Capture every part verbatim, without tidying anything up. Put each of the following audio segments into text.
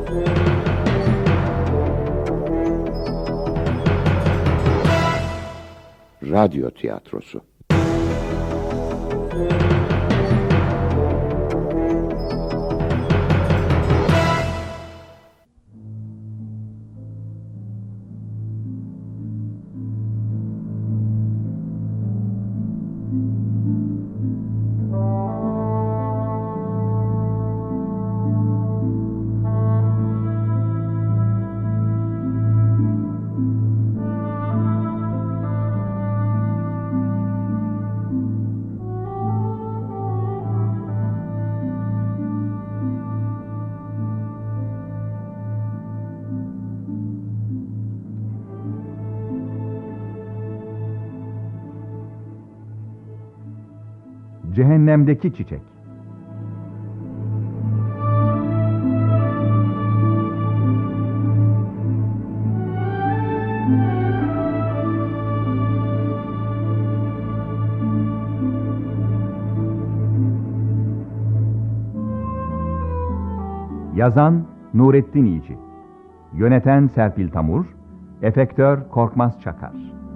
Radyo tiyatrosu. Cehennemdeki Çiçek. Yazan Nurettin İyici, yöneten Serpil Tamur, efektör Korkmaz Çakar.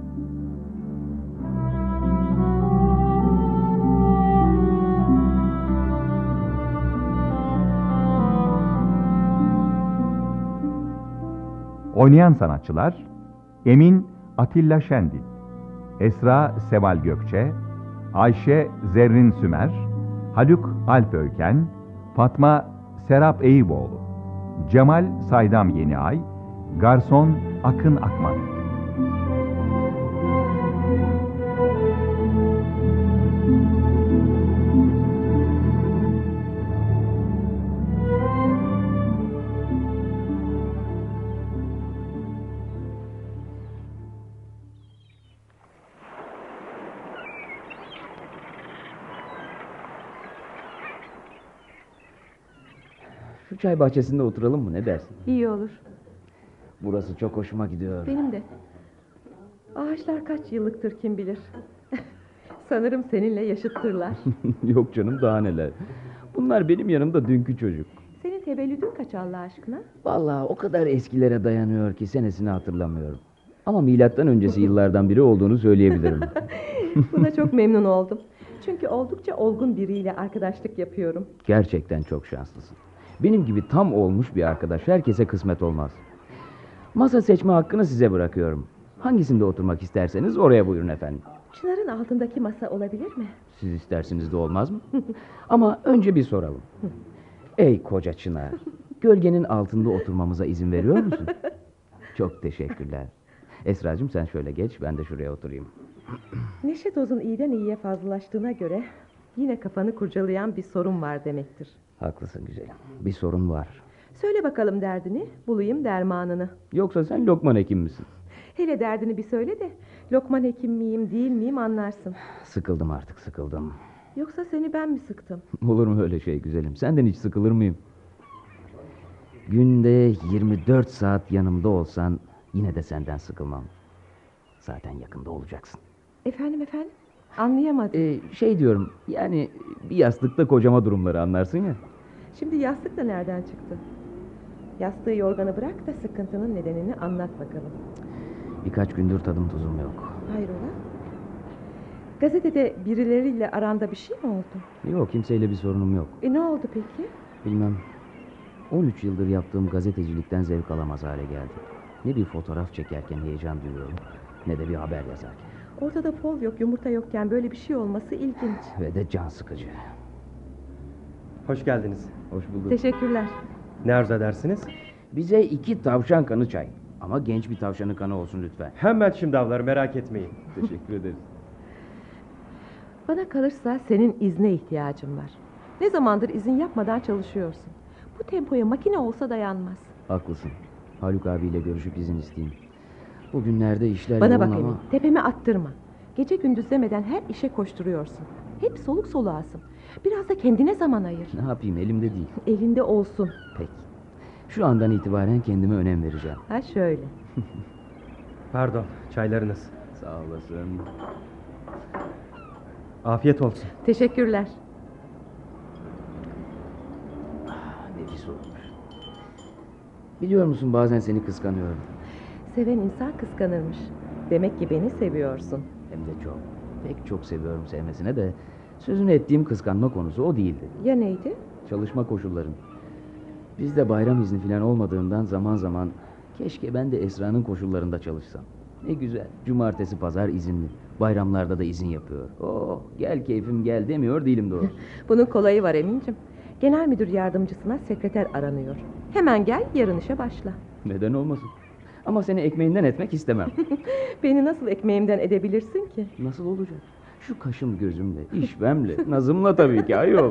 Oynayan sanatçılar: Emin Atilla Şendil, Esra Seval Gökçe, Ayşe Zerrin Sümer, Haluk Alp Öykän, Fatma Serap Eyüboğlu, Cemal Saydam Yeniay, Garson Akın Akman. Şu çay bahçesinde oturalım mı, ne dersin? İyi olur. Burası çok hoşuma gidiyor. Benim de. Ağaçlar kaç yıllıktır kim bilir. Sanırım seninle yaşıttırlar. Yok canım, daha neler. Bunlar benim yanımda dünkü çocuk. Senin tevellüdün kaç Allah aşkına? Vallahi o kadar eskilere dayanıyor ki senesini hatırlamıyorum. Ama milattan öncesi yıllardan biri olduğunu söyleyebilirim. Buna çok memnun oldum. Çünkü oldukça olgun biriyle arkadaşlık yapıyorum. Gerçekten çok şanslısın. Benim gibi tam olmuş bir arkadaş herkese kısmet olmaz. Masa seçme hakkını size bırakıyorum. Hangisinde oturmak isterseniz oraya buyurun efendim. Çınarın altındaki masa olabilir mi? Siz isterseniz de olmaz mı? Ama önce bir soralım. Ey koca Çınar, gölgenin altında oturmamıza izin veriyor musun? Çok teşekkürler. Esracığım sen şöyle geç, ben de şuraya oturayım. Neşe dozun iyiden iyiye fazlalaştığına göre yine kafanı kurcalayan bir sorun var demektir. Haklısın güzelim, bir sorun var. Söyle bakalım derdini, bulayım dermanını. Yoksa sen Lokman Hekim misin? Hele derdini bir söyle de Lokman Hekim miyim değil miyim anlarsın. Sıkıldım artık, sıkıldım. Yoksa seni ben mi sıktım? Olur mu öyle şey güzelim? Senden hiç sıkılır mıyım? Günde yirmi dört saat yanımda olsan yine de senden sıkılmam. Zaten yakında olacaksın. Efendim efendim? Anlayamadım. Ee, şey diyorum, yani bir yastıkta kocama durumları anlarsın ya. Şimdi yastık da nereden çıktı? Yastığı yorganı bırak da sıkıntının nedenini anlat bakalım. Birkaç gündür tadım tuzum yok. Hayrola? Gazetede birileriyle aranda bir şey mi oldu? Yok, kimseyle bir sorunum yok. E ne oldu peki? Bilmem. on üç yıldır yaptığım gazetecilikten zevk alamaz hale geldim. Ne bir fotoğraf çekerken heyecan duyuyorum, ne de bir haber yazarken. Ortada fol yok, yumurta yokken böyle bir şey olması ilginç. Ve de can sıkıcı. Hoş geldiniz. Hoş bulduk. Teşekkürler. Ne arzu edersiniz? Bize iki tavşan kanı çay. Ama genç bir tavşanın kanı olsun lütfen. Hemen şimdi avlar, merak etmeyin. Teşekkür ederiz. Bana kalırsa senin izne ihtiyacın var. Ne zamandır izin yapmadan çalışıyorsun. Bu tempoya makine olsa dayanmaz. Haklısın. Haluk abiyle görüşüp izin isteyeyim. Bugünlerde işler Bana yoğun bak ama... Emin, tepeme attırma. Gece gündüz demeden her işe koşturuyorsun. Hep soluk soluğasın. Biraz da kendine zaman ayır. Ne yapayım, elimde değil. Elinde olsun. Peki. Şu andan itibaren kendime önem vereceğim. Ha şöyle. Pardon, çaylarınız. Sağ olasın. Afiyet olsun. Teşekkürler. Nefis olmuş. Biliyor musun, bazen seni kıskanıyorum. Seven insan kıskanırmış. Demek ki beni seviyorsun. Hem de çok. Pek çok seviyorum sevmesine de sözünü ettiğim kıskanma konusu o değildi. Ya neydi? Çalışma koşulların. Bizde bayram izni falan olmadığından zaman zaman keşke ben de Esra'nın koşullarında çalışsam. Ne güzel. Cumartesi pazar izinli. Bayramlarda da izin yapıyor. Oh, gel keyfim gel demiyor değilim doğrusu. Bunun kolayı var Emin'cim. Genel müdür yardımcısına sekreter aranıyor. Hemen gel, yarın işe başla. Neden olmasın? Ama seni ekmeğinden etmek istemem. Beni nasıl ekmeğimden edebilirsin ki? Nasıl olacak? Şu kaşım gözümle, işvemle, nazımla tabii ki ayol.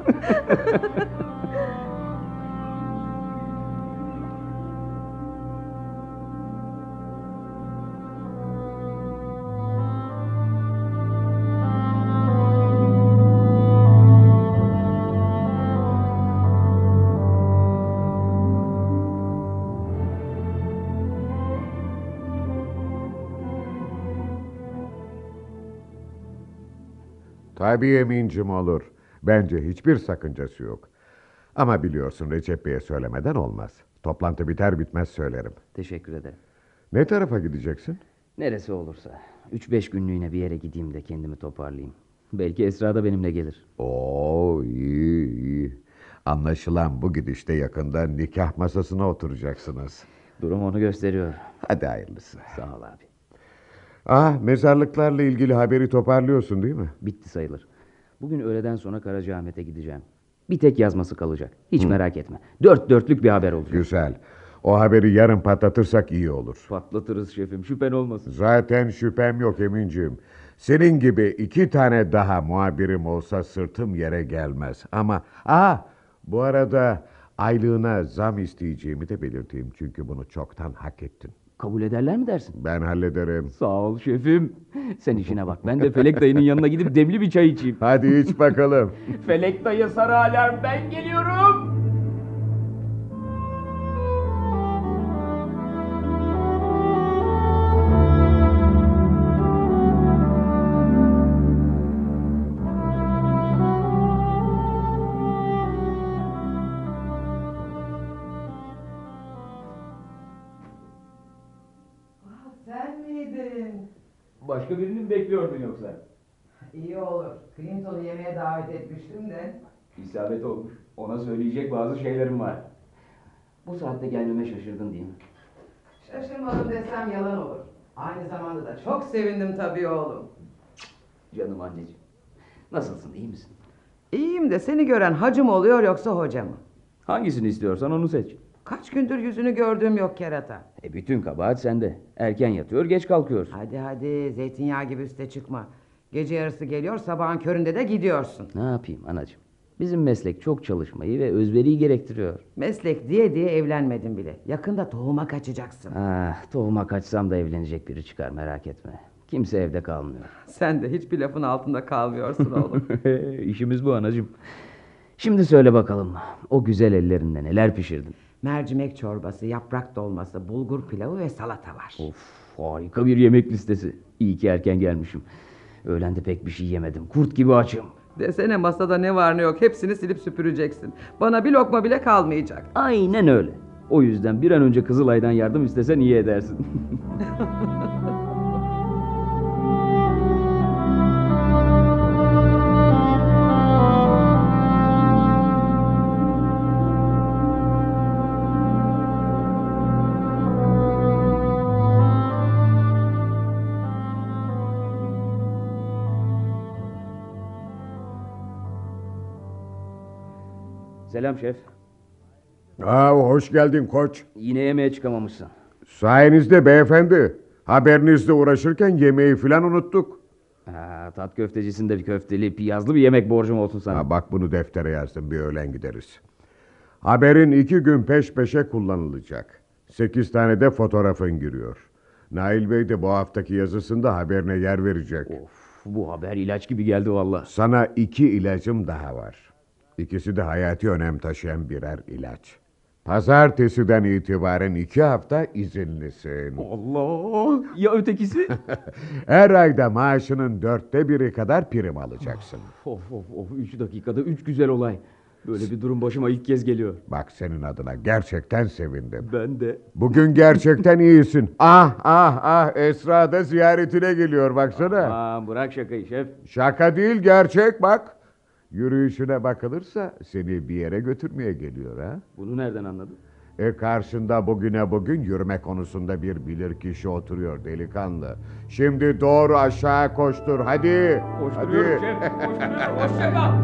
Tabii Emin'cim olur. Bence hiçbir sakıncası yok. Ama biliyorsun Recep Bey'e söylemeden olmaz. Toplantı biter bitmez söylerim. Teşekkür ederim. Ne tarafa gideceksin? Neresi olursa. Üç beş günlüğüne bir yere gideyim de kendimi toparlayayım. Belki Esra da benimle gelir. Oo iyi iyi. Anlaşılan bu gidişte yakında nikah masasına oturacaksınız. Durum onu gösteriyor. Hadi hayırlısı. Sağ ol abi. Ah, mezarlıklarla ilgili haberi toparlıyorsun değil mi? Bitti sayılır. Bugün öğleden sonra Karacaahmet'e gideceğim. Bir tek yazması kalacak. Hiç merak etme. Dört dörtlük bir haber olacak. Güzel. O haberi yarın patlatırsak iyi olur. Patlatırız şefim, şüphen olmasın. Zaten şüphem yok Emin'ciğim. Senin gibi iki tane daha muhabirim olsa sırtım yere gelmez. Ama ah, bu arada aylığına zam isteyeceğimi de belirteyim. Çünkü bunu çoktan hak ettin. Kabul ederler mi dersin? Ben hallederim. Sağ ol şefim. Sen işine bak. Ben de Felek dayının yanına gidip demli bir çay içeyim. Hadi iç bakalım. Felek dayı, sarı alarm, ben geliyorum. Sen miydin? Başka birini mi bekliyordun yoksa? İyi olur. Clinton'u yemeğe davet etmiştim de. İsabet olmuş. Ona söyleyecek bazı şeylerim var. Bu saatte gelmeme şaşırdın değil mi? Şaşırmadım desem yalan olur. Aynı zamanda da çok sevindim tabii oğlum. Canım anneciğim. Nasılsın, iyi misin? İyiyim de seni gören hacı mı oluyor yoksa hoca mı? Hangisini istiyorsan onu seç. Kaç gündür yüzünü gördüğüm yok kerata. E bütün kabahat sende. Erken yatıyor, geç kalkıyorsun. Hadi hadi zeytinyağı gibi üste çıkma. Gece yarısı geliyor, sabahın köründe de gidiyorsun. Ne yapayım anacığım? Bizim meslek çok çalışmayı ve özveriyi gerektiriyor. Meslek diye diye evlenmedin bile. Yakında tohuma kaçacaksın. Ah, tohuma kaçsam da evlenecek biri çıkar, merak etme. Kimse evde kalmıyor. Sen de hiçbir lafın altında kalmıyorsun oğlum. İşimiz bu anacığım. Şimdi söyle bakalım, o güzel ellerinle neler pişirdin? Mercimek çorbası, yaprak dolması, bulgur pilavı ve salata var. Of, harika bir yemek listesi. İyi ki erken gelmişim. Öğlende pek bir şey yemedim. Kurt gibi açım. Desene masada ne var ne yok hepsini silip süpüreceksin. Bana bir lokma bile kalmayacak. Aynen öyle. O yüzden bir an önce Kızılay'dan yardım istesen iyi edersin. Selam şef. Aa, hoş geldin koç. Yine yemeğe çıkamamışsın. Sayenizde beyefendi. Haberinizle uğraşırken yemeği filan unuttuk. Ha, tat köftecisinde bir köfteli, piyazlı bir yemek borcum olsun sana. Ha, bak bunu deftere yazdım, bir öğlen gideriz. Haberin iki gün peş peşe kullanılacak. Sekiz tane de fotoğrafın giriyor. Nail Bey de bu haftaki yazısında haberine yer verecek. Of, bu haber ilaç gibi geldi valla. Sana iki ilacım daha var. İkisi de hayati önem taşıyan birer ilaç. Pazartesiden itibaren iki hafta izinlisin. Allah! Ya ötekisi? Her ayda maaşının dörtte biri kadar prim alacaksın. Of of of, üç dakikada üç güzel olay. Böyle bir durum başıma ilk kez geliyor. Bak, senin adına gerçekten sevindim. Ben de. Bugün gerçekten iyisin. Ah ah ah, Esra da ziyaretine geliyor, baksana. Aa, bırak şakayı şef. Şaka değil, gerçek bak. Yürüyüşüne bakılırsa seni bir yere götürmeye geliyor ha. Bunu nereden anladın? E karşında bugüne bugün yürüme konusunda bir bilirkişi oturuyor delikanlı. Şimdi doğru aşağı koştur hadi. Koşturuyorum hadi. şef. Koşturuyorum. Hoşça kal.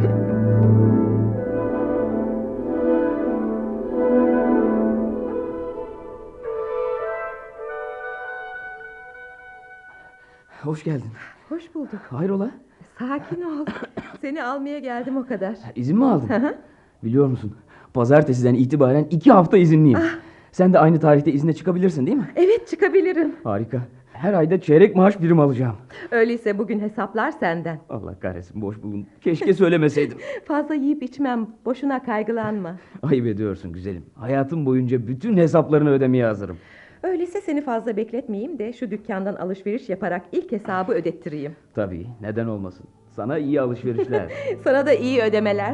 Hoş geldin. Hoş bulduk. Hayrola? Sakin ol. Seni almaya geldim o kadar. İzin mi aldın? Biliyor musun? Pazartesiden itibaren iki hafta izinliyim. Sen de aynı tarihte izne çıkabilirsin değil mi? Evet, çıkabilirim. Harika. Her ayda çeyrek maaş prim alacağım. Öyleyse bugün hesaplar senden. Allah kahretsin, boş bulun. Keşke söylemeseydim. Fazla yiyip içmem. Boşuna kaygılanma. Ayıp ediyorsun güzelim. Hayatım boyunca bütün hesaplarını ödemeye hazırım. Öyleyse seni fazla bekletmeyeyim de şu dükkandan alışveriş yaparak ilk hesabı ödettireyim. Tabii, neden olmasın. Sana iyi alışverişler. Sana da iyi ödemeler.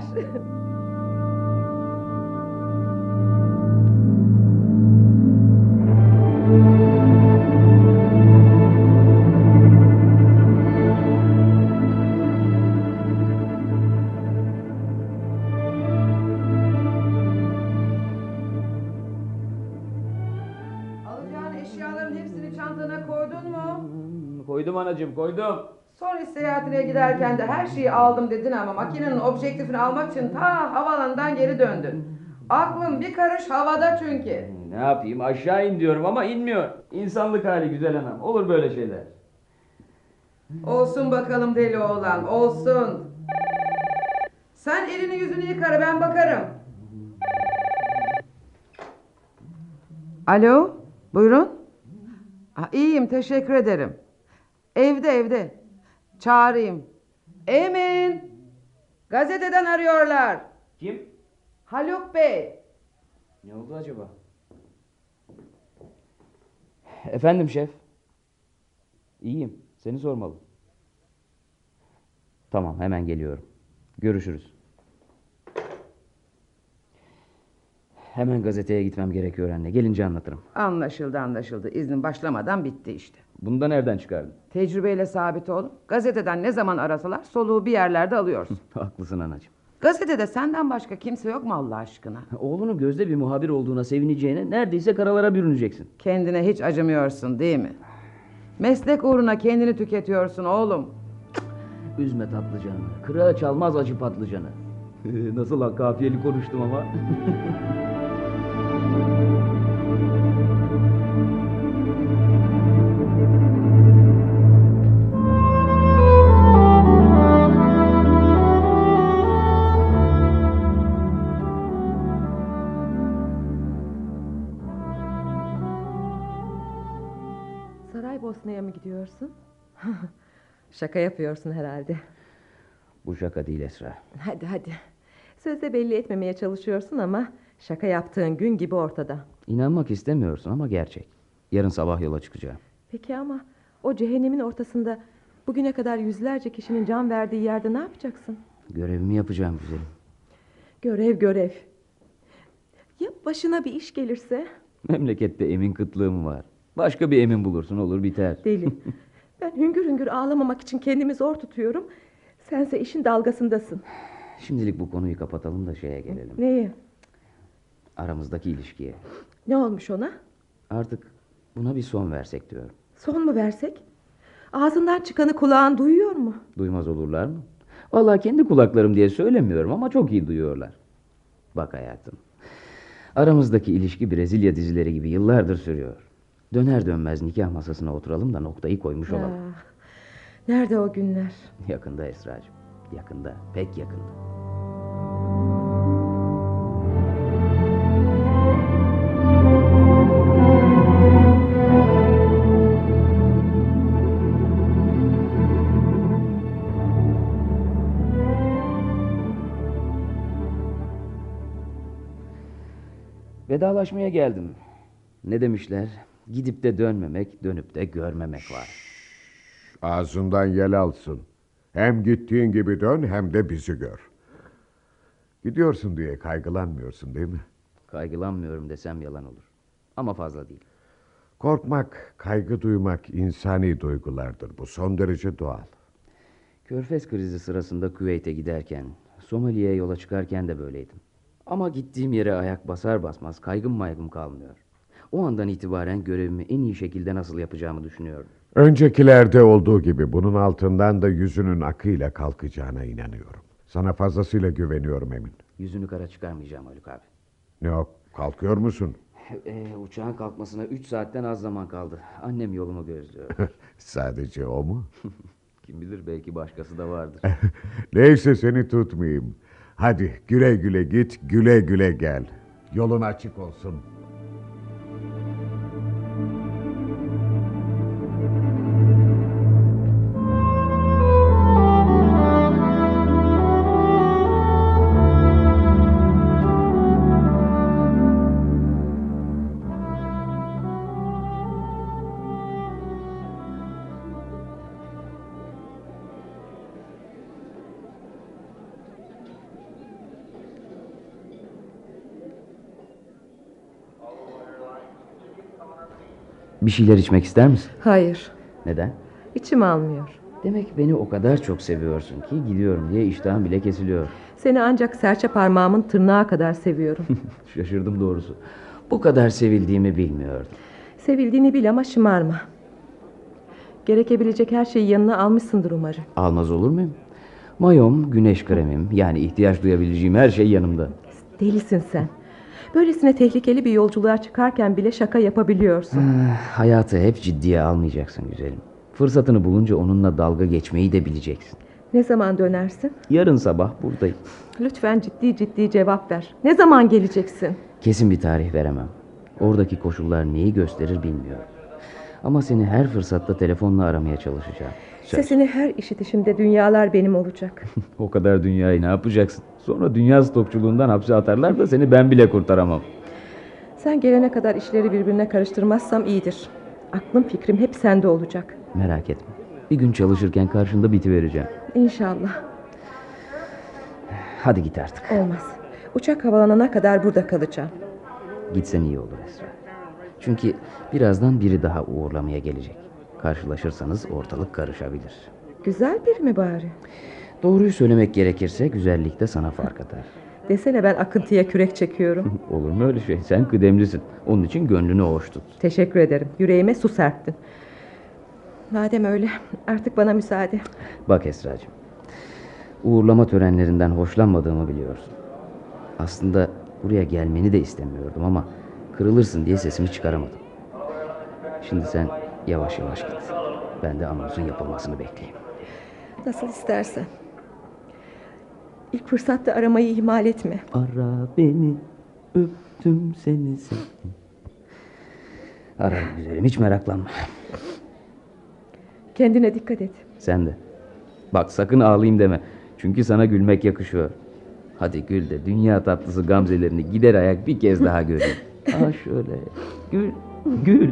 Alacağın eşyaların hepsini çantana koydun mu? Koydum anacığım, koydum. Son iş seyahatine giderken de her şeyi aldım dedin ama makinenin objektifini almak için ta havaalanından geri döndün. Aklın bir karış havada çünkü. Ne yapayım, aşağı in diyorum ama inmiyor. İnsanlık hali güzel anam. Olur böyle şeyler. Olsun bakalım deli oğlan, olsun. Sen elini yüzünü yıkara, ben bakarım. Alo, buyurun. Ha, iyiyim, teşekkür ederim. Evde evde. Çağırayım. Emin. Gazeteden arıyorlar. Kim? Haluk Bey. Ne oldu acaba? Efendim şef. İyiyim. Seni sormalı. Tamam, hemen geliyorum. Görüşürüz. Hemen gazeteye gitmem gerekiyor anne. Gelince anlatırım. Anlaşıldı anlaşıldı. İznin başlamadan bitti işte. Bunu da nereden çıkardın? Tecrübeyle sabit oğlum. Gazeteden ne zaman arasalar soluğu bir yerlerde alıyorsun. Haklısın anacığım. Gazetede senden başka kimse yok mu Allah aşkına? Oğlunun gözde bir muhabir olduğuna sevineceğine neredeyse karalara bürüneceksin. Kendine hiç acımıyorsun değil mi? Meslek uğruna kendini tüketiyorsun oğlum. Üzme tatlıcanı. Kırağı çalmaz acı patlıcanı. Nasıl kafiyeli konuştum ama. Saraybosna'ya mı gidiyorsun? Şaka yapıyorsun herhalde. Bu şaka değil Esra. Hadi hadi. Sözde belli etmemeye çalışıyorsun ama şaka yaptığın gün gibi ortada. İnanmak istemiyorsun ama gerçek. Yarın sabah yola çıkacağım. Peki ama o cehennemin ortasında bugüne kadar yüzlerce kişinin can verdiği yerde ne yapacaksın? Görevimi yapacağım güzelim. Görev görev. Ya başına bir iş gelirse? Memlekette emin kıtlığım var. Başka bir emin bulursun, olur biter. Deli. Ben hüngür hüngür ağlamamak için kendimi zor tutuyorum. Sense işin dalgasındasın. Şimdilik bu konuyu kapatalım da şeye gelelim. Neye? Aramızdaki ilişkiye. Ne olmuş ona? Artık buna bir son versek diyorum. Son mu versek? Ağzından çıkanı kulağın duyuyor mu? Duymaz olurlar mı? Vallahi kendi kulaklarım diye söylemiyorum ama çok iyi duyuyorlar. Bak hayatım. Aramızdaki ilişki Brezilya dizileri gibi yıllardır sürüyor. Döner dönmez nikah masasına oturalım da noktayı koymuş olalım. Ah, nerede o günler? Yakında Esracığım. Yakında, pek yakında. Vedalaşmaya geldim. Ne demişler? Gidip de dönmemek, dönüp de görmemek var. Ağzından yel alsın. Hem gittiğin gibi dön hem de bizi gör. Gidiyorsun diye kaygılanmıyorsun değil mi? Kaygılanmıyorum desem yalan olur. Ama fazla değil. Korkmak, kaygı duymak insani duygulardır. Bu son derece doğal. Körfez krizi sırasında Küveyt'e giderken, Somali'ye yola çıkarken de böyleydim. Ama gittiğim yere ayak basar basmaz kaygım maygım kalmıyor. O andan itibaren görevimi en iyi şekilde nasıl yapacağımı düşünüyorum. Öncekilerde olduğu gibi bunun altından da yüzünün akıyla kalkacağına inanıyorum. Sana fazlasıyla güveniyorum Emin. Yüzünü kara çıkarmayacağım Haluk abi. Ne o, kalkıyor musun? Ee, uçağın kalkmasına üç saatten az zaman kaldı. Annem yolumu gözlüyor. Sadece o mu? Kim bilir belki başkası da vardır. Neyse seni tutmayayım. Hadi güle güle git, güle güle gel. Yolun açık olsun. Bir şeyler içmek ister misin? Hayır, Neden? içim almıyor. Demek beni o kadar çok seviyorsun ki gidiyorum diye iştahım bile kesiliyor. Seni ancak serçe parmağımın tırnağı kadar seviyorum. Şaşırdım doğrusu. Bu kadar sevildiğimi bilmiyordum. Sevildiğini bil ama şımarma. Gerekebilecek her şeyi yanına almışsındır umarım. Almaz olur muyum? Mayom, güneş kremim, yani ihtiyaç duyabileceğim her şey yanımda. Delisin sen. Böylesine tehlikeli bir yolculuğa çıkarken bile şaka yapabiliyorsun. Ah, hayatı hep ciddiye almayacaksın güzelim. Fırsatını bulunca onunla dalga geçmeyi de bileceksin. Ne zaman dönersin? Yarın sabah buradayım. Lütfen ciddi ciddi cevap ver. Ne zaman geleceksin? Kesin bir tarih veremem. Oradaki koşullar neyi gösterir bilmiyorum. Ama seni her fırsatta telefonla aramaya çalışacağım. Söz. Sesini her işitişimde dünyalar benim olacak. O kadar dünyayı ne yapacaksın? Sonra dünya stokçuluğundan hapse atarlar da seni ben bile kurtaramam. Sen gelene kadar işleri birbirine karıştırmazsam iyidir. Aklım fikrim hep sende olacak. Merak etme. Bir gün çalışırken karşında bitivereceğim. İnşallah. Hadi git artık. Olmaz. Uçak havalanana kadar burada kalacağım. Gitsen iyi olur Esra. Çünkü birazdan biri daha uğurlamaya gelecek. Karşılaşırsanız ortalık karışabilir. Güzel biri mi bari? Doğruyu söylemek gerekirse güzellik de sana fark atar. Desene ben akıntıya kürek çekiyorum. Olur mu öyle şey? Sen kıdemlisin. Onun için gönlünü hoş tut. Teşekkür ederim. Yüreğime su serptin. Madem öyle artık bana müsaade. Bak Esracığım. Uğurlama törenlerinden hoşlanmadığımı biliyorsun. Aslında buraya gelmeni de istemiyordum ama kırılırsın diye sesimi çıkaramadım. Şimdi sen yavaş yavaş git. Ben de anonsun yapılmasını bekleyeyim. Nasıl istersen. İlk fırsatta aramayı ihmal etme. Ara beni, öptüm seni sevdim. Ararım güzelim, hiç meraklanma. Kendine dikkat et. Sen de. Bak sakın ağlayayım deme. Çünkü sana gülmek yakışıyor. Hadi gül de dünya tatlısı gamzelerini gider ayak bir kez daha göreyim. Ha şöyle. Gül, gül.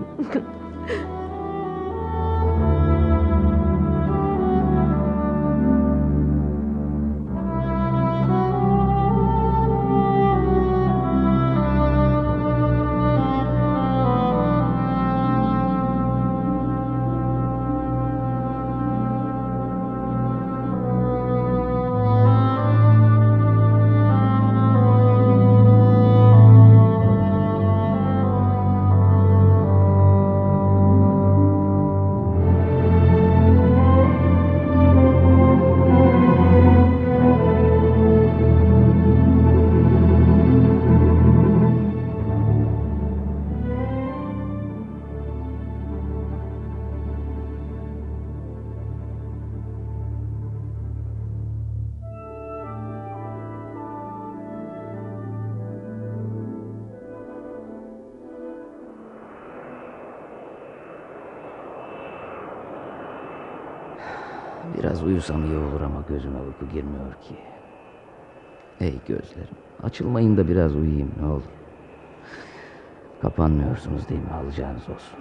Biraz uyusam iyi olur ama gözüme uyku girmiyor ki. Ey gözlerim, açılmayın da biraz uyuyayım ne olur. Kapanmıyorsunuz değil mi? Alacağınız olsun.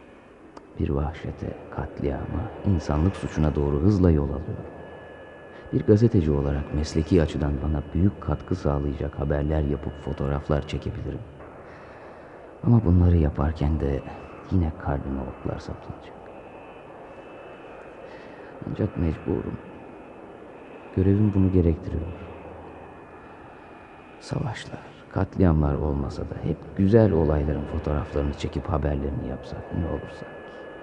Bir vahşete, katliama, insanlık suçuna doğru hızla yol alıyorum. Bir gazeteci olarak mesleki açıdan bana büyük katkı sağlayacak haberler yapıp fotoğraflar çekebilirim. Ama bunları yaparken de yine kalbime oklar saplanacak. Ancak mecburum. Görevim bunu gerektiriyor. Savaşlar, katliamlar olmasa da hep güzel olayların fotoğraflarını çekip haberlerini yapsak ne olur sanki.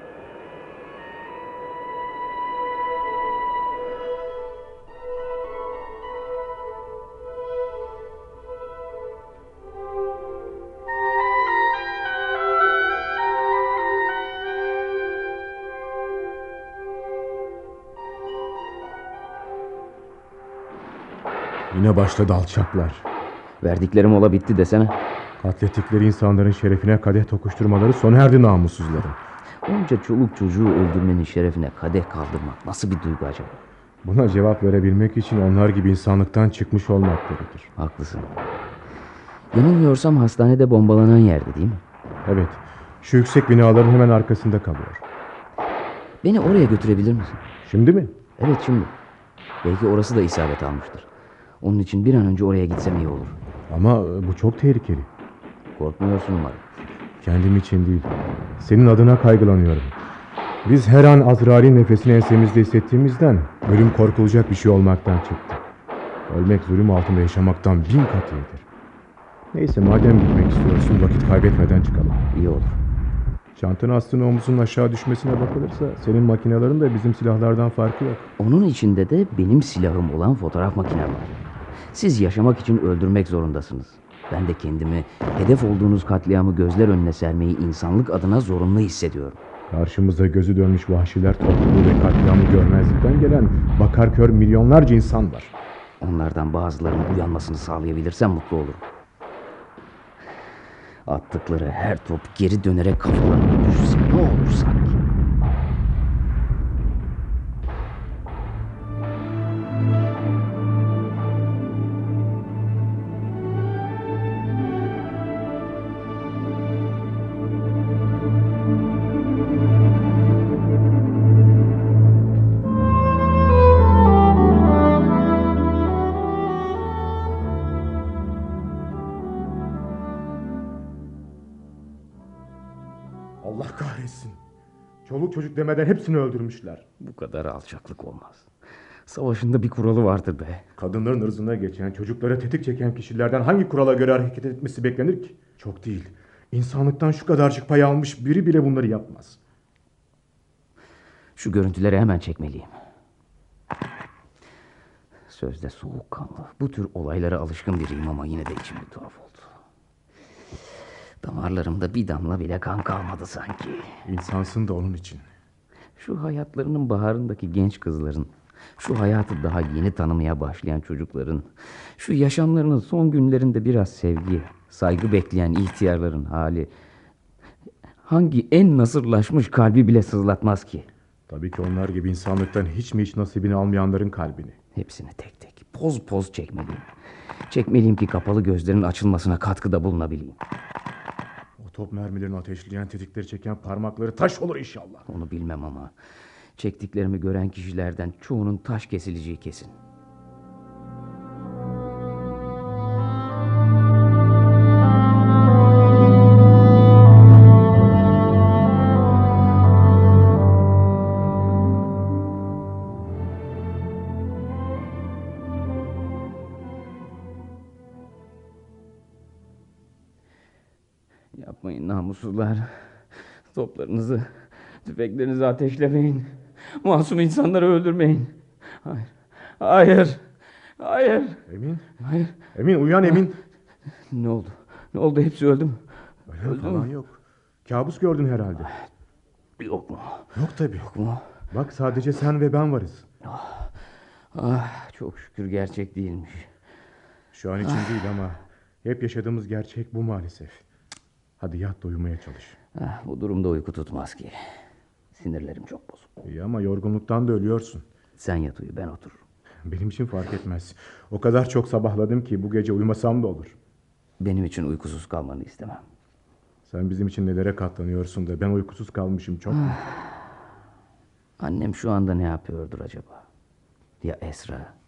Yine başladı alçaklar. Verdikleri mola bitti desene. Katlettikleri insanların şerefine kadeh tokuşturmaları sona erdi namussuzların. Onca çoluk çocuğu öldürmenin şerefine kadeh kaldırmak nasıl bir duygu acaba? Buna cevap verebilmek için onlar gibi insanlıktan çıkmış olmak gerekir. Haklısın. Yanılmıyorsam hastanede bombalanan yerde değil mi? Evet, şu yüksek binaların hemen arkasında kalıyor. Beni oraya götürebilir misin? Şimdi mi? Evet şimdi. Belki orası da isabet almıştır. Onun için bir an önce oraya gitsem iyi olur. Ama bu çok tehlikeli. Korkmuyorsun umarım. Kendim için değil, senin adına kaygılanıyorum. Biz her an Azrail'in nefesini ensemizde hissettiğimizden ölüm korkulacak bir şey olmaktan çıktı. Ölmek zulüm altında yaşamaktan bin kat iyidir. Neyse, madem gitmek istiyorsun, vakit kaybetmeden çıkalım. İyi olur. Çantanın aslında omuzunun aşağı düşmesine bakılırsa senin makinelerin de bizim silahlardan farkı yok. Onun içinde de benim silahım olan fotoğraf makinem var. Siz yaşamak için öldürmek zorundasınız. Ben de kendimi hedef olduğunuz katliamı gözler önüne sermeyi insanlık adına zorunlu hissediyorum. Karşımıza gözü dönmüş vahşiler topluluğu ve katliamı görmezlikten gelen bakar kör milyonlarca insan var. Onlardan bazılarının uyanmasını sağlayabilirsem mutlu olurum. Attıkları her top geri dönerek kafalarına düşse ne olur sanki. Allah kahretsin. Çoluk çocuk demeden hepsini öldürmüşler. Bu kadar alçaklık olmaz. Savaşında bir kuralı vardır be. Kadınların ırzına geçen, çocuklara tetik çeken kişilerden hangi kurala göre hareket etmesi beklenir ki? Çok değil. İnsanlıktan şu kadarcık pay almış biri bile bunları yapmaz. Şu görüntüleri hemen çekmeliyim. Sözde soğukkanlı, bu tür olaylara alışkın biriyim ama yine de içim bir tuhaf oldu. Damarlarımda bir damla bile kan kalmadı sanki. İnsansın da onun için. Şu hayatlarının baharındaki genç kızların, şu hayatı daha yeni tanımaya başlayan çocukların, şu yaşamlarının son günlerinde biraz sevgi, saygı bekleyen ihtiyarların hali, hangi en nasırlaşmış kalbi bile sızlatmaz ki? Tabii ki onlar gibi insanlıktan hiç mi hiç nasibini almayanların kalbini. Hepsini tek tek, poz poz çekmeliyim. Çekmeliyim ki kapalı gözlerin açılmasına katkıda bulunabileyim. O top mermilerini ateşleyen, tetikleri çeken parmakları taş olur inşallah. Onu bilmem ama çektiklerimi gören kişilerden çoğunun taş kesileceği kesin. Yapmayın namussuzlar. Toplarınızı, tüfeklerinizi ateşlemeyin. Masum insanları öldürmeyin. Hayır, hayır, hayır. Emin? Hayır. Emin, uyan Emin. Ne oldu? Ne oldu? Hepsi öldü mü? Ölen falan yok. Kabus gördün herhalde. Yok mu? Yok tabii. Yok mu? Bak, sadece sen ve ben varız. Ah, ah, çok şükür gerçek değilmiş. Şu an için değil ama hep yaşadığımız gerçek bu maalesef. Hadi yat da uyumaya çalış. Ah, bu durumda uyku tutmaz ki. Sinirlerim çok bozuk. İyi ama yorgunluktan da ölüyorsun. Sen yat uyu, ben otururum. Benim için fark etmez. O kadar çok sabahladım ki bu gece uyumasam da olur. Benim için uykusuz kalmanı istemem. Sen bizim için nelere katlanıyorsun da ben uykusuz kalmışım çok. Annem şu anda ne yapıyordur acaba? Ya Esra?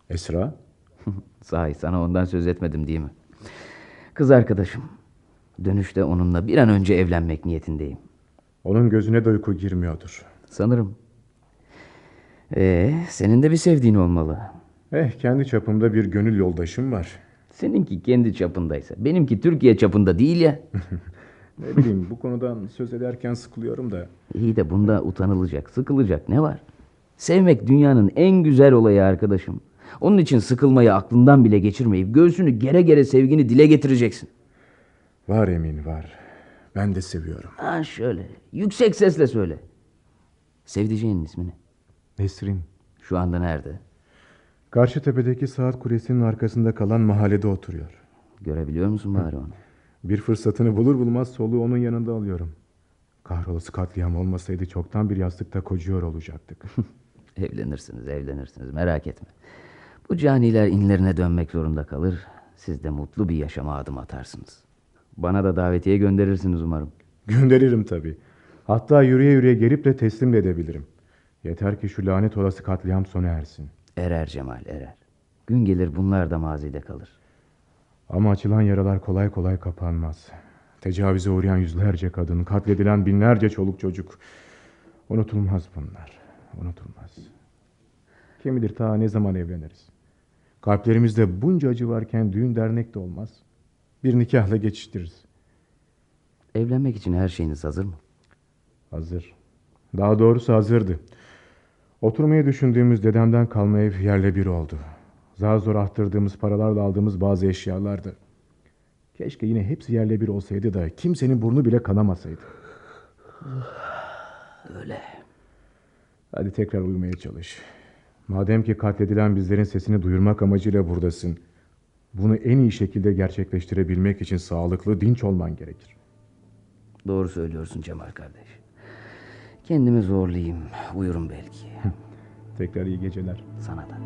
Esra? Sahi sana ondan söz etmedim değil mi? Kız arkadaşım. Dönüşte onunla bir an önce evlenmek niyetindeyim. Onun gözüne de uyku girmiyordur. Sanırım. Ee, senin de bir sevdiğin olmalı. Eh, kendi çapımda bir gönül yoldaşım var. Seninki kendi çapındaysa benimki Türkiye çapında değil ya. Ne bileyim, bu konudan söz ederken sıkılıyorum da. İyi de bunda utanılacak, sıkılacak ne var? Sevmek dünyanın en güzel olayı arkadaşım. Onun için sıkılmayı aklından bile geçirmeyip göğsünü gere gere sevgini dile getireceksin. Var Emin, var. Ben de seviyorum. Ha şöyle, yüksek sesle söyle. Sevdiceğinin ismini. Nesrin. Şu anda nerede? Karşı tepedeki saat kulesinin arkasında kalan mahallede oturuyor. Görebiliyor musun bari onu? Bir fırsatını bulur bulmaz soluğu onun yanında alıyorum. Kahrolası katliam olmasaydı çoktan bir yastıkta kocuyor olacaktık. Evlenirsiniz, evlenirsiniz, merak etme. Bu caniler inlerine dönmek zorunda kalır. Siz de mutlu bir yaşama adım atarsınız. Bana da davetiye gönderirsiniz umarım. Gönderirim tabii. Hatta yürüye yürüye gelip de teslim de edebilirim. Yeter ki şu lanet olası katliam sona ersin. Erer Cemal, erer. Gün gelir bunlar da mazide kalır. Ama açılan yaralar kolay kolay kapanmaz. Tecavüze uğrayan yüzlerce kadın, katledilen binlerce çoluk çocuk. Unutulmaz bunlar, unutulmaz. Kim bilir ta ne zaman evleniriz. Kalplerimizde bunca acı varken düğün dernek de olmaz. Bir nikahla geçiştiririz. Evlenmek için her şeyiniz hazır mı? Hazır. Daha doğrusu hazırdı. Oturmayı düşündüğümüz dedemden kalma ev yerle bir oldu. Zar zor arttırdığımız paralarla aldığımız bazı eşyalardı. Keşke yine hepsi yerle bir olsaydı da kimsenin burnu bile kanamasaydı. Öyle. Hadi tekrar uyumaya çalış. Madem ki katledilen bizlerin sesini duyurmak amacıyla buradasın, bunu en iyi şekilde gerçekleştirebilmek için sağlıklı, dinç olman gerekir. Doğru söylüyorsun Cemal kardeş. Kendimi zorlayayım, uyurum belki. Tekrar iyi geceler. Sana da.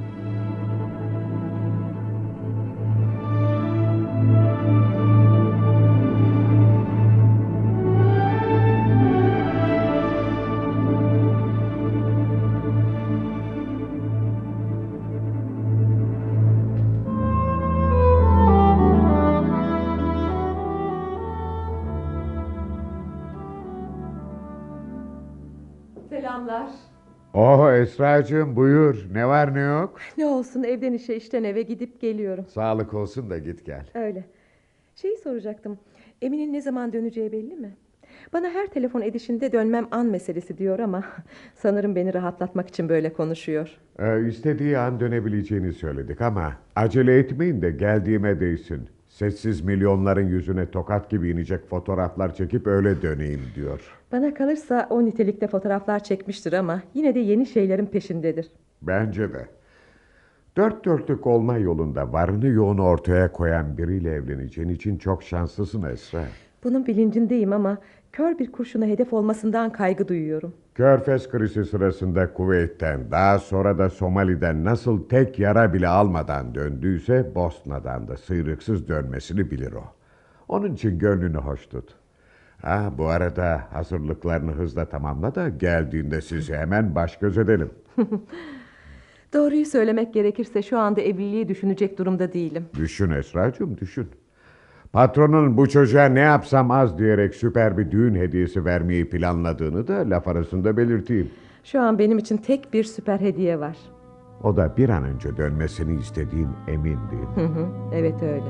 Selamlar. Oh Esracığım, buyur. Ne var ne yok? Ne olsun, evden işe, işten eve gidip geliyorum. Sağlık olsun da git gel. Öyle. Şeyi soracaktım. Emin'in ne zaman döneceği belli mi? Bana her telefon edişinde dönmem an meselesi diyor ama sanırım beni rahatlatmak için böyle konuşuyor. Ee, istediği an dönebileceğini söyledik ama acele etmeyin de geldiğime değsin. Sessiz milyonların yüzüne tokat gibi inecek fotoğraflar çekip öyle döneyim diyor. Bana kalırsa o nitelikte fotoğraflar çekmiştir ama yine de yeni şeylerin peşindedir. Bence de. Dört dörtlük olma yolunda varını yoğunu ortaya koyan biriyle evleneceğin için çok şanslısın Esra. Bunun bilincindeyim ama kör bir kurşuna hedef olmasından kaygı duyuyorum. Körfez krizi sırasında Kuveyt'ten, daha sonra da Somali'den nasıl tek yara bile almadan döndüyse Bosna'dan da sıyrıksız dönmesini bilir o. Onun için gönlünü hoş tut. Ha, bu arada hazırlıklarını hızla tamamla da geldiğinde sizi hemen baş göz edelim. Doğruyu söylemek gerekirse şu anda evliliği düşünecek durumda değilim. Düşün Esracığım, düşün. Patronun bu çocuğa ne yapsam az diyerek süper bir düğün hediyesi vermeyi planladığını da laf arasında belirteyim. Şu an benim için tek bir süper hediye var. O da bir an önce dönmesini istediğin emin değil. Hı hı, evet öyle.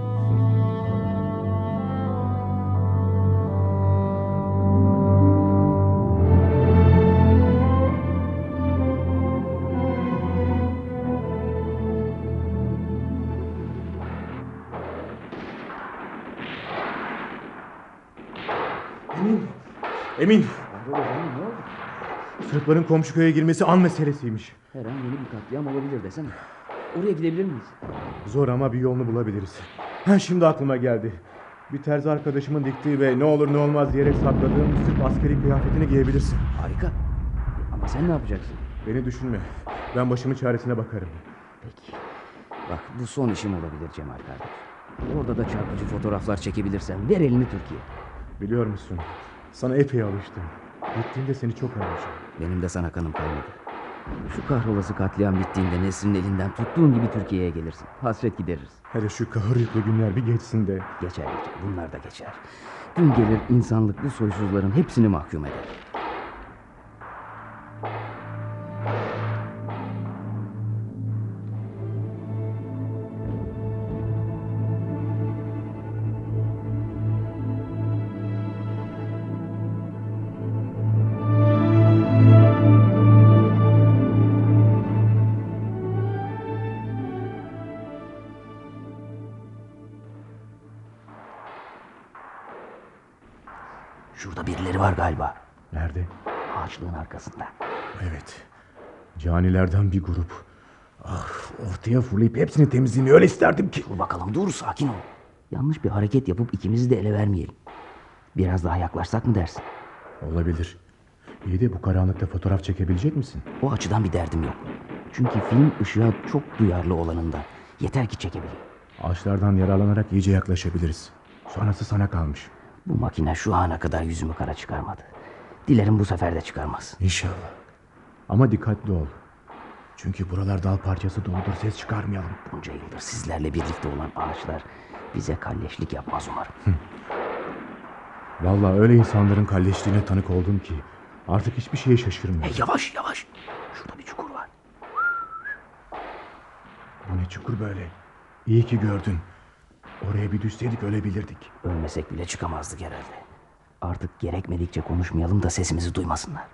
Emin! Emin! Sırpların komşu köye girmesi an meselesiymiş. Her an yeni bir katliam olabilir desene. Oraya gidebilir miyiz? Zor ama bir yolunu bulabiliriz. Ha, şimdi aklıma geldi. Bir terzi arkadaşımın diktiği ve ne olur ne olmaz diyerek sakladığım Sırp askeri kıyafetini giyebilirsin. Harika. Ama sen ne yapacaksın? Beni düşünme. Ben başımın çaresine bakarım. Peki. Bak bu son işim olabilir Cemal kardeş. Orada da çarpıcı fotoğraflar çekebilirsen ver elini Türkiye. Biliyor musun? Sana epey alıştım. Gittiğimde seni çok arayacağım. Benim de sana kanım kaynadı. Şu kahrolası katliam bittiğinde Nesrin'in elinden tuttuğun gibi Türkiye'ye gelirsin. Hasret gideririz. Hele şu kahır yüklü günler bir geçsin de. Geçer geçer, bunlar da geçer. Gün gelir insanlık bu soysuzların hepsini mahkum eder. Şurada birileri var galiba. Nerede? Ağaçlığın arkasında. Evet. Canilerden bir grup. Ah, ortaya fırlayıp hepsini temizliğini öyle isterdim ki. Dur bakalım, dur, sakin ol. Yanlış bir hareket yapıp ikimizi de ele vermeyelim. Biraz daha yaklaşsak mı dersin? Olabilir. İyi de bu karanlıkta fotoğraf çekebilecek misin? O açıdan bir derdim yok. Çünkü film ışığa çok duyarlı olanından. Yeter ki çekebileyim. Ağaçlardan yararlanarak iyice yaklaşabiliriz. Sonrası sana kalmış. Bu makine şu ana kadar yüzümü kara çıkarmadı. Dilerim bu sefer de çıkarmaz. İnşallah. Ama dikkatli ol. Çünkü buralar dal parçası doludur, ses çıkarmayalım. Bunca yıldır sizlerle birlikte olan ağaçlar bize kalleşlik yapmaz umarım. Vallahi öyle insanların kalleşliğine tanık oldum ki artık hiçbir şeye şaşırmıyorum. Hey, yavaş yavaş. Şurada bir çukur var. Bu ne çukur böyle? İyi ki gördün. Oraya bir düşseydik ölebilirdik. Ölmesek bile çıkamazdık herhalde. Artık gerekmedikçe konuşmayalım da sesimizi duymasınlar.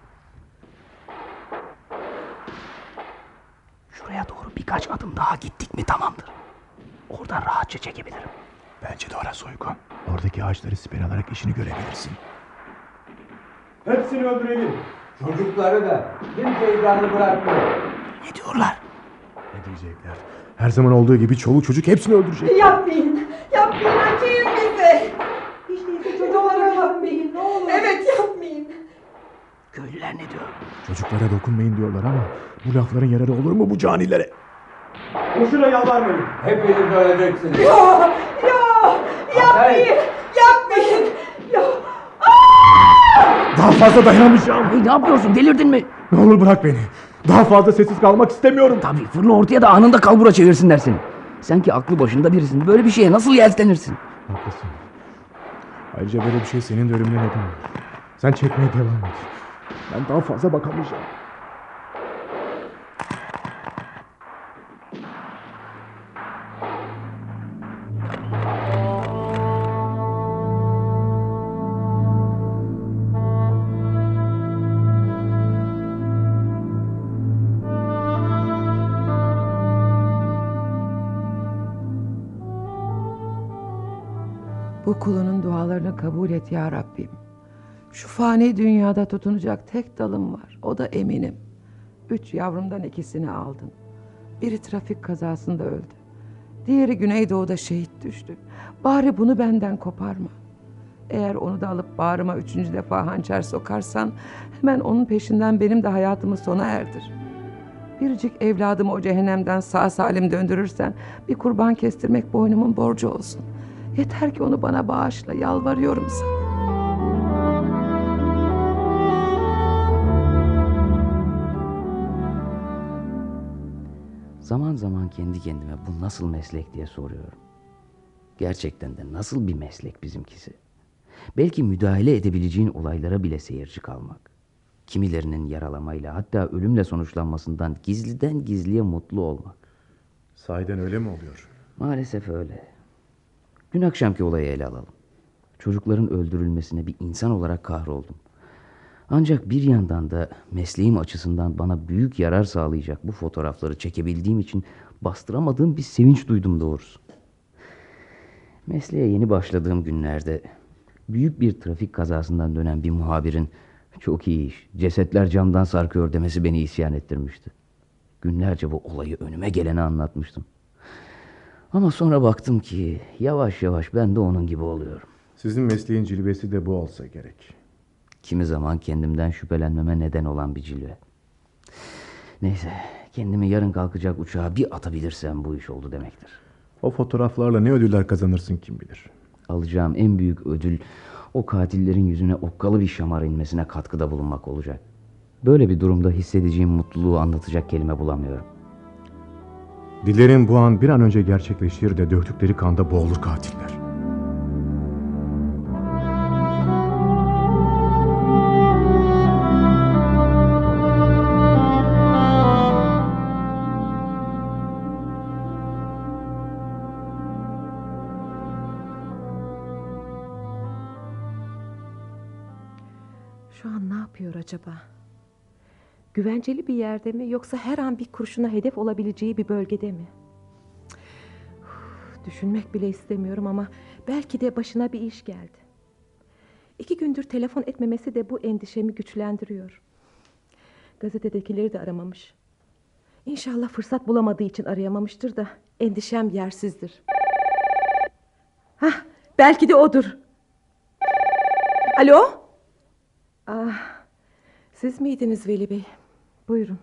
Şuraya doğru birkaç adım daha gittik mi tamamdır. Oradan rahatça çekebilirim. Bence de orası uygun. Oradaki ağaçları siper alarak işini görebilirsin. Hepsini öldürelim. Çocukları da kimseyi canlı bırakmıyor. Ne diyorlar? Ne diyecekler? Her zaman olduğu gibi çoluk çocuk hepsini öldürecek. Yapmayın, yapmayın, acıyın bize. Hiç değilse çocuklara yapmayın, ne olur. Evet, yapmayın. Köylüler ne diyor? Çocuklara dokunmayın diyorlar ama bu lafların yararı olur mu bu canilere? Boşuna yalvarmayın. Hepiniz öleceksiniz. Ya, ya, yapmayın, yapmayın. Ya. Daha fazla dayanamayacağım. Hey, ne yapıyorsun, delirdin mi? Ne olur bırak beni. Daha fazla sessiz kalmak istemiyorum. Tabii, fırla ortaya da anında kalbura çevirsinler seni. Sen ki aklı başında birisin, böyle bir şeye nasıl yeltenirsin? Haklısın. Ayrıca böyle bir şey senin de ölümüne neden olur. Sen çekmeye devam et. Ben daha fazla bakamayacağım. Bu kulunun dualarını kabul et ya Rabbim. Şu fani dünyada tutunacak tek dalım var. O da eminim. Üç yavrumdan ikisini aldın. Biri trafik kazasında öldü. Diğeri Güneydoğu'da şehit düştü. Bari bunu benden koparma. Eğer onu da alıp bağrıma üçüncü defa hançer sokarsan hemen onun peşinden benim de hayatımı sona erdir. Biricik evladımı o cehennemden sağ salim döndürürsen bir kurban kestirmek boynumun borcu olsun. Yeter ki onu bana bağışla, yalvarıyorum sana. Zaman zaman kendi kendime bu nasıl meslek diye soruyorum. Gerçekten de nasıl bir meslek bizimkisi? Belki müdahale edebileceğin olaylara bile seyirci kalmak. Kimilerinin yaralamayla hatta ölümle sonuçlanmasından gizliden gizliye mutlu olmak. Sahiden öyle mi oluyor? Maalesef öyle. Dün akşamki olayı ele alalım. Çocukların öldürülmesine bir insan olarak kahroldum. Ancak bir yandan da mesleğim açısından bana büyük yarar sağlayacak bu fotoğrafları çekebildiğim için bastıramadığım bir sevinç duydum doğrusu. Mesleğe yeni başladığım günlerde büyük bir trafik kazasından dönen bir muhabirin "çok iyi iş, cesetler camdan sarkıyor" demesi beni isyan ettirmişti. Günlerce bu olayı önüme gelene anlatmıştım. Ama sonra baktım ki yavaş yavaş ben de onun gibi oluyorum. Sizin mesleğin cilvesi de bu olsa gerek. Kimi zaman kendimden şüphelenmeme neden olan bir cilve. Neyse, kendimi yarın kalkacak uçağa bir atabilirsem bu iş oldu demektir. O fotoğraflarla ne ödüller kazanırsın kim bilir. Alacağım en büyük ödül o katillerin yüzüne okkalı bir şamar inmesine katkıda bulunmak olacak. Böyle bir durumda hissedeceğim mutluluğu anlatacak kelime bulamıyorum. Dilerim bu an bir an önce gerçekleşir de döktükleri kanda boğulur katiller. Şu an ne yapıyor acaba? Güvenceli bir yerde mi, yoksa her an bir kurşuna hedef olabileceği bir bölgede mi? Uf, düşünmek bile istemiyorum ama belki de başına bir iş geldi. İki gündür telefon etmemesi de bu endişemi güçlendiriyor. Gazetedekileri de aramamış. İnşallah fırsat bulamadığı için arayamamıştır da endişem yersizdir. Hah, belki de odur. Alo? Ah, siz miydiniz Veli Bey? Buyurun.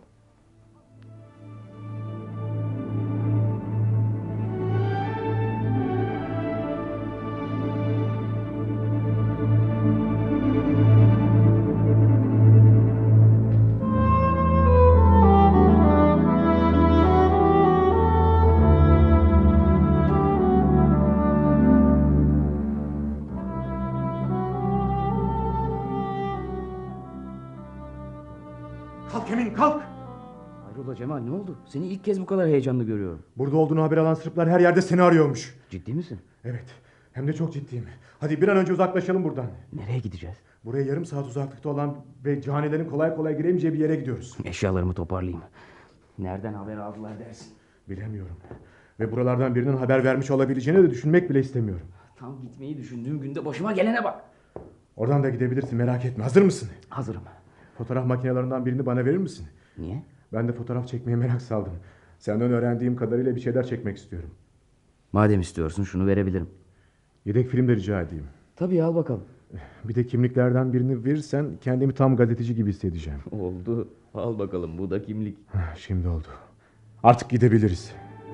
Kalk Emin, kalk! Hayrola Cemal, ne oldu? Seni ilk kez bu kadar heyecanlı görüyorum. Burada olduğunu haber alan Sırplar her yerde seni arıyormuş. Ciddi misin? Evet, hem de çok ciddiyim. Hadi bir an önce uzaklaşalım buradan. Nereye gideceğiz? Buraya yarım saat uzaklıkta olan ve canilerin kolay kolay giremeyeceği bir yere gidiyoruz. Eşyalarımı toparlayayım. Nereden haber aldılar dersin? Bilemiyorum. Ve buralardan birinin haber vermiş olabileceğini de düşünmek bile istemiyorum. Tam gitmeyi düşündüğüm günde başıma gelene bak. Oradan da gidebilirsin, merak etme. Hazır mısın? Hazırım. Fotoğraf makinelerinden birini bana verir misin? Niye? Ben de fotoğraf çekmeye merak saldım. Senden öğrendiğim kadarıyla bir şeyler çekmek istiyorum. Madem istiyorsun şunu verebilirim. Yedek film de rica edeyim. Tabii, al bakalım. Bir de kimliklerden birini verirsen kendimi tam gazeteci gibi hissedeceğim. Oldu. Al bakalım, bu da kimlik. Şimdi oldu. Artık gidebiliriz.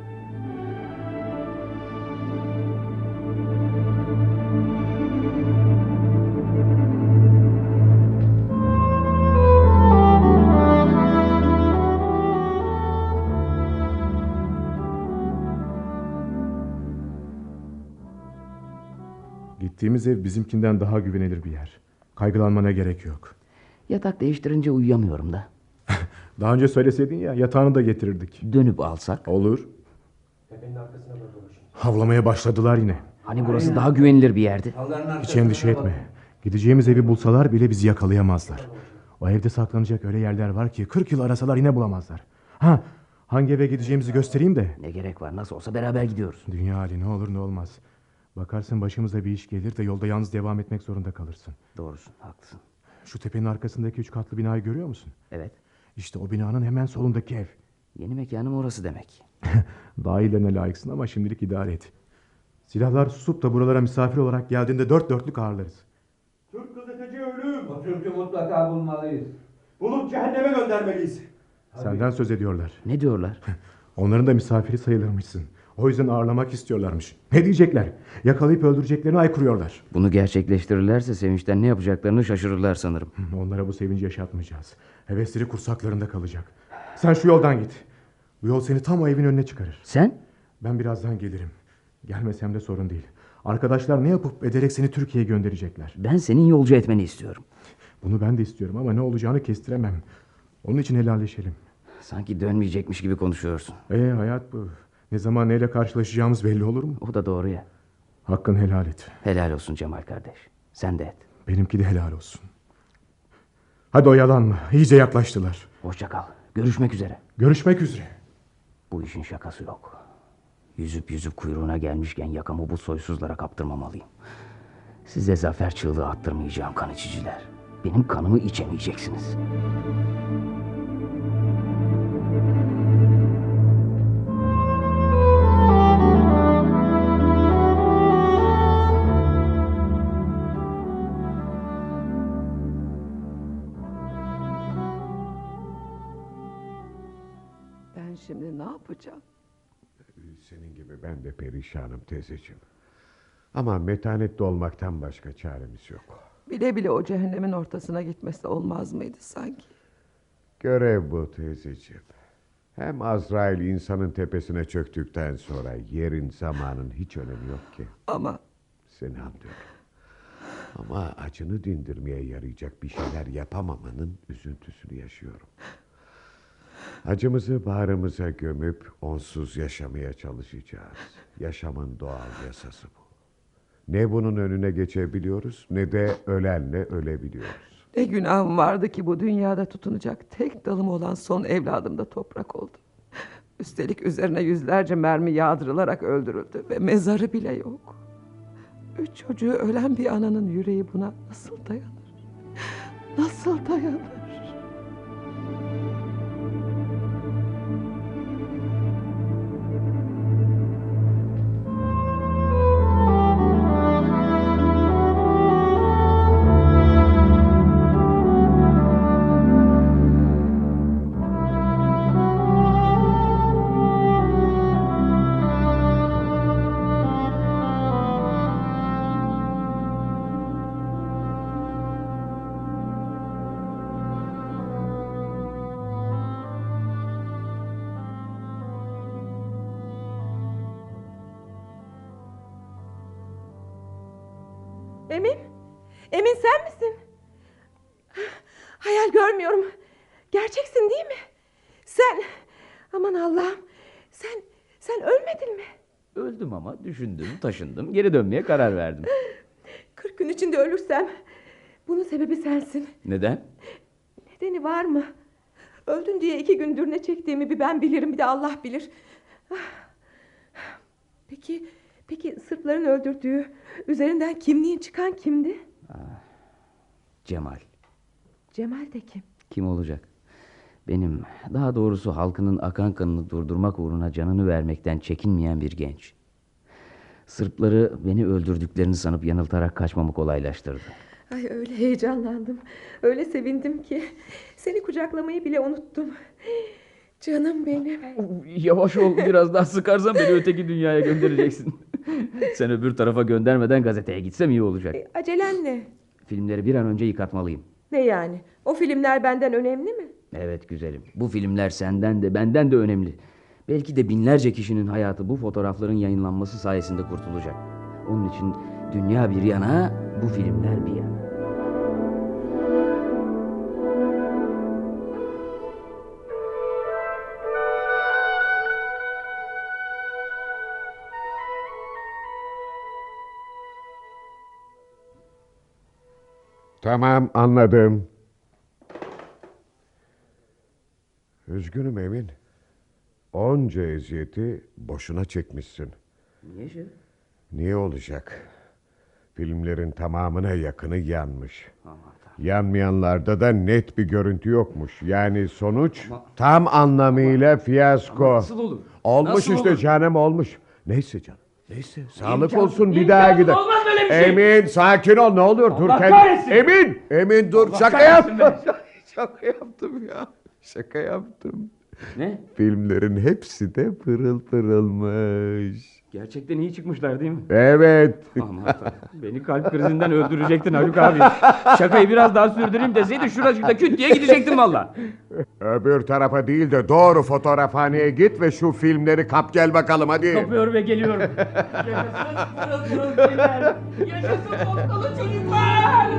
Gittiğimiz ev bizimkinden daha güvenilir bir yer. Kaygılanmana gerek yok. Yatak değiştirince uyuyamıyorum da. Daha önce söyleseydin ya, yatağını da getirirdik. Dönüp alsak? Olur. Tepenin arkasına doğru dolaşın. Havlamaya başladılar yine. Hani burası daha güvenilir bir yerdi. Hiç endişe etme. Gideceğimiz evi bulsalar bile bizi yakalayamazlar. O evde saklanacak öyle yerler var ki kırk yıl arasalar yine bulamazlar. Ha, hangi eve gideceğimizi göstereyim de. Ne gerek var, nasıl olsa beraber gidiyoruz. Dünya hali, ne olur ne olmaz. Bakarsın başımıza bir iş gelir de yolda yalnız devam etmek zorunda kalırsın. Doğrusun, haklısın. Şu tepenin arkasındaki üç katlı binayı görüyor musun? Evet. İşte o binanın hemen solundaki ev. Yeni mekanım orası demek. Daha iyilerine layıksın ama şimdilik idare et. Silahlar susup da buralara misafir olarak geldiğinde dört dörtlük ağırlarız. Türk gazeteci ölüm. O Türk'ü mutlaka bulmalıyız. Bulup cehenneme göndermeliyiz. Senden söz ediyorlar. Ne diyorlar? Onların da misafiri sayılırmışsın. O yüzden ağırlamak istiyorlarmış. Ne diyecekler? Yakalayıp öldüreceklerini ay kuruyorlar. Bunu gerçekleştirirlerse sevinçten ne yapacaklarını şaşırırlar sanırım. Onlara bu sevinci yaşatmayacağız. Hevesleri kursaklarında kalacak. Sen şu yoldan git. Bu yol seni tam o evin önüne çıkarır. Sen? Ben birazdan gelirim. Gelmesem de sorun değil. Arkadaşlar ne yapıp ederek seni Türkiye'ye gönderecekler. Ben senin yolcu etmeni istiyorum. Bunu ben de istiyorum ama ne olacağını kestiremem. Onun için helalleşelim. Sanki dönmeyecekmiş gibi konuşuyorsun. Ee hayat bu. Ne zaman neyle karşılaşacağımız belli olur mu? O da doğru ya. Hakkın helal et. Helal olsun Cemal kardeş. Sen de et. Benimki de helal olsun. Hadi oyalanma. İyice yaklaştılar. Hoşça kal. Görüşmek üzere. Görüşmek üzere. Bu işin şakası yok. Yüzüp yüzüp kuyruğuna gelmişken yakamı bu soysuzlara kaptırmamalıyım. Size zafer çığlığı attırmayacağım kan içiciler. Benim kanımı içemeyeceksiniz. Ben şimdi ne yapacağım? Senin gibi ben de perişanım teyzeciğim. Ama metanetli olmaktan başka çaremiz yok. Bile bile o cehennemin ortasına gitmesi olmaz mıydı sanki? Görev bu teyzeciğim. Hem Azrail insanın tepesine çöktükten sonra yerin zamanın hiç önemi yok ki. Ama Seni anlıyorum. Ama acını dindirmeye yarayacak bir şeyler yapamamanın üzüntüsünü yaşıyorum. Acımızı bağrımıza gömüp onsuz yaşamaya çalışacağız. Yaşamın doğal yasası bu. Ne bunun önüne geçebiliyoruz ne de ölenle ölebiliyoruz. ne günahım vardı ki bu dünyada tutunacak tek dalım olan son evladım da toprak oldu. Üstelik üzerine yüzlerce mermi yağdırılarak öldürüldü ve mezarı bile yok. Üç çocuğu ölen bir ananın yüreği buna nasıl dayanır? Nasıl dayanır? Emin? Emin sen misin? Hayal görmüyorum. Gerçeksin değil mi? Sen... Aman Allah'ım. Sen... Sen ölmedin mi? Öldüm ama düşündüm, taşındım, geri dönmeye karar verdim. Kırk gün içinde ölürsem... Bunun sebebi sensin. Neden? Nedeni var mı? Öldün diye iki gündür ne çektiğimi bir ben bilirim, bir de Allah bilir. Peki... Peki Sırpların öldürdüğü... Üzerinden kimliğin çıkan kimdi? Ah, Cemal. Cemal de kim? Kim olacak? Benim, daha doğrusu halkının akan kanını durdurmak uğruna canını vermekten çekinmeyen bir genç. Sırpları beni öldürdüklerini sanıp yanıltarak kaçmamı kolaylaştırdı. Ay öyle heyecanlandım. Öyle sevindim ki seni kucaklamayı bile unuttum. Canım benim. Yavaş ol, biraz daha sıkarsan beni öteki dünyaya göndereceksin. Sen öbür tarafa göndermeden gazeteye gitsem iyi olacak. E, acelen ne? Filmleri bir an önce yıkatmalıyım. Ne yani? O filmler benden önemli mi? Evet güzelim. Bu filmler senden de benden de önemli. Belki de binlerce kişinin hayatı bu fotoğrafların yayınlanması sayesinde kurtulacak. Onun için dünya bir yana, bu filmler bir yana. Tamam, anladım. Üzgünüm Emin. Onca eziyeti boşuna çekmişsin. Niye şey? Niye olacak? Filmlerin tamamına yakını yanmış. Aman Yanmayanlarda da net bir görüntü yokmuş. Yani sonuç ama, tam anlamıyla ama, fiyasko. Ama nasıl olur? Olmuş nasıl işte olur? canım olmuş. Neyse canım. Neyse sağlık İmkansız, olsun bir daha gidelim. Olmaz böyle bir şey. Emin sakin ol ne olur. Dur kahretsin. Emin. Emin dur Allah şaka yaptım. Şaka yaptım ya. Şaka yaptım. Ne? Filmlerin hepsi de pırıl pırılmış. Gerçekten iyi çıkmışlar değil mi? Evet. Aman Tanrım, beni kalp krizinden öldürecektin Haluk abi. Şakayı biraz daha sürdüreyim deseydin şuracıkta küt diye gidecektim valla. Öbür tarafa değil de doğru fotoğrafhaneye git ve şu filmleri kap gel bakalım hadi. Kapıyorum ve geliyorum. Yaşasın pırıl pırıl filmler. Yaşasın noktalı çocuklar.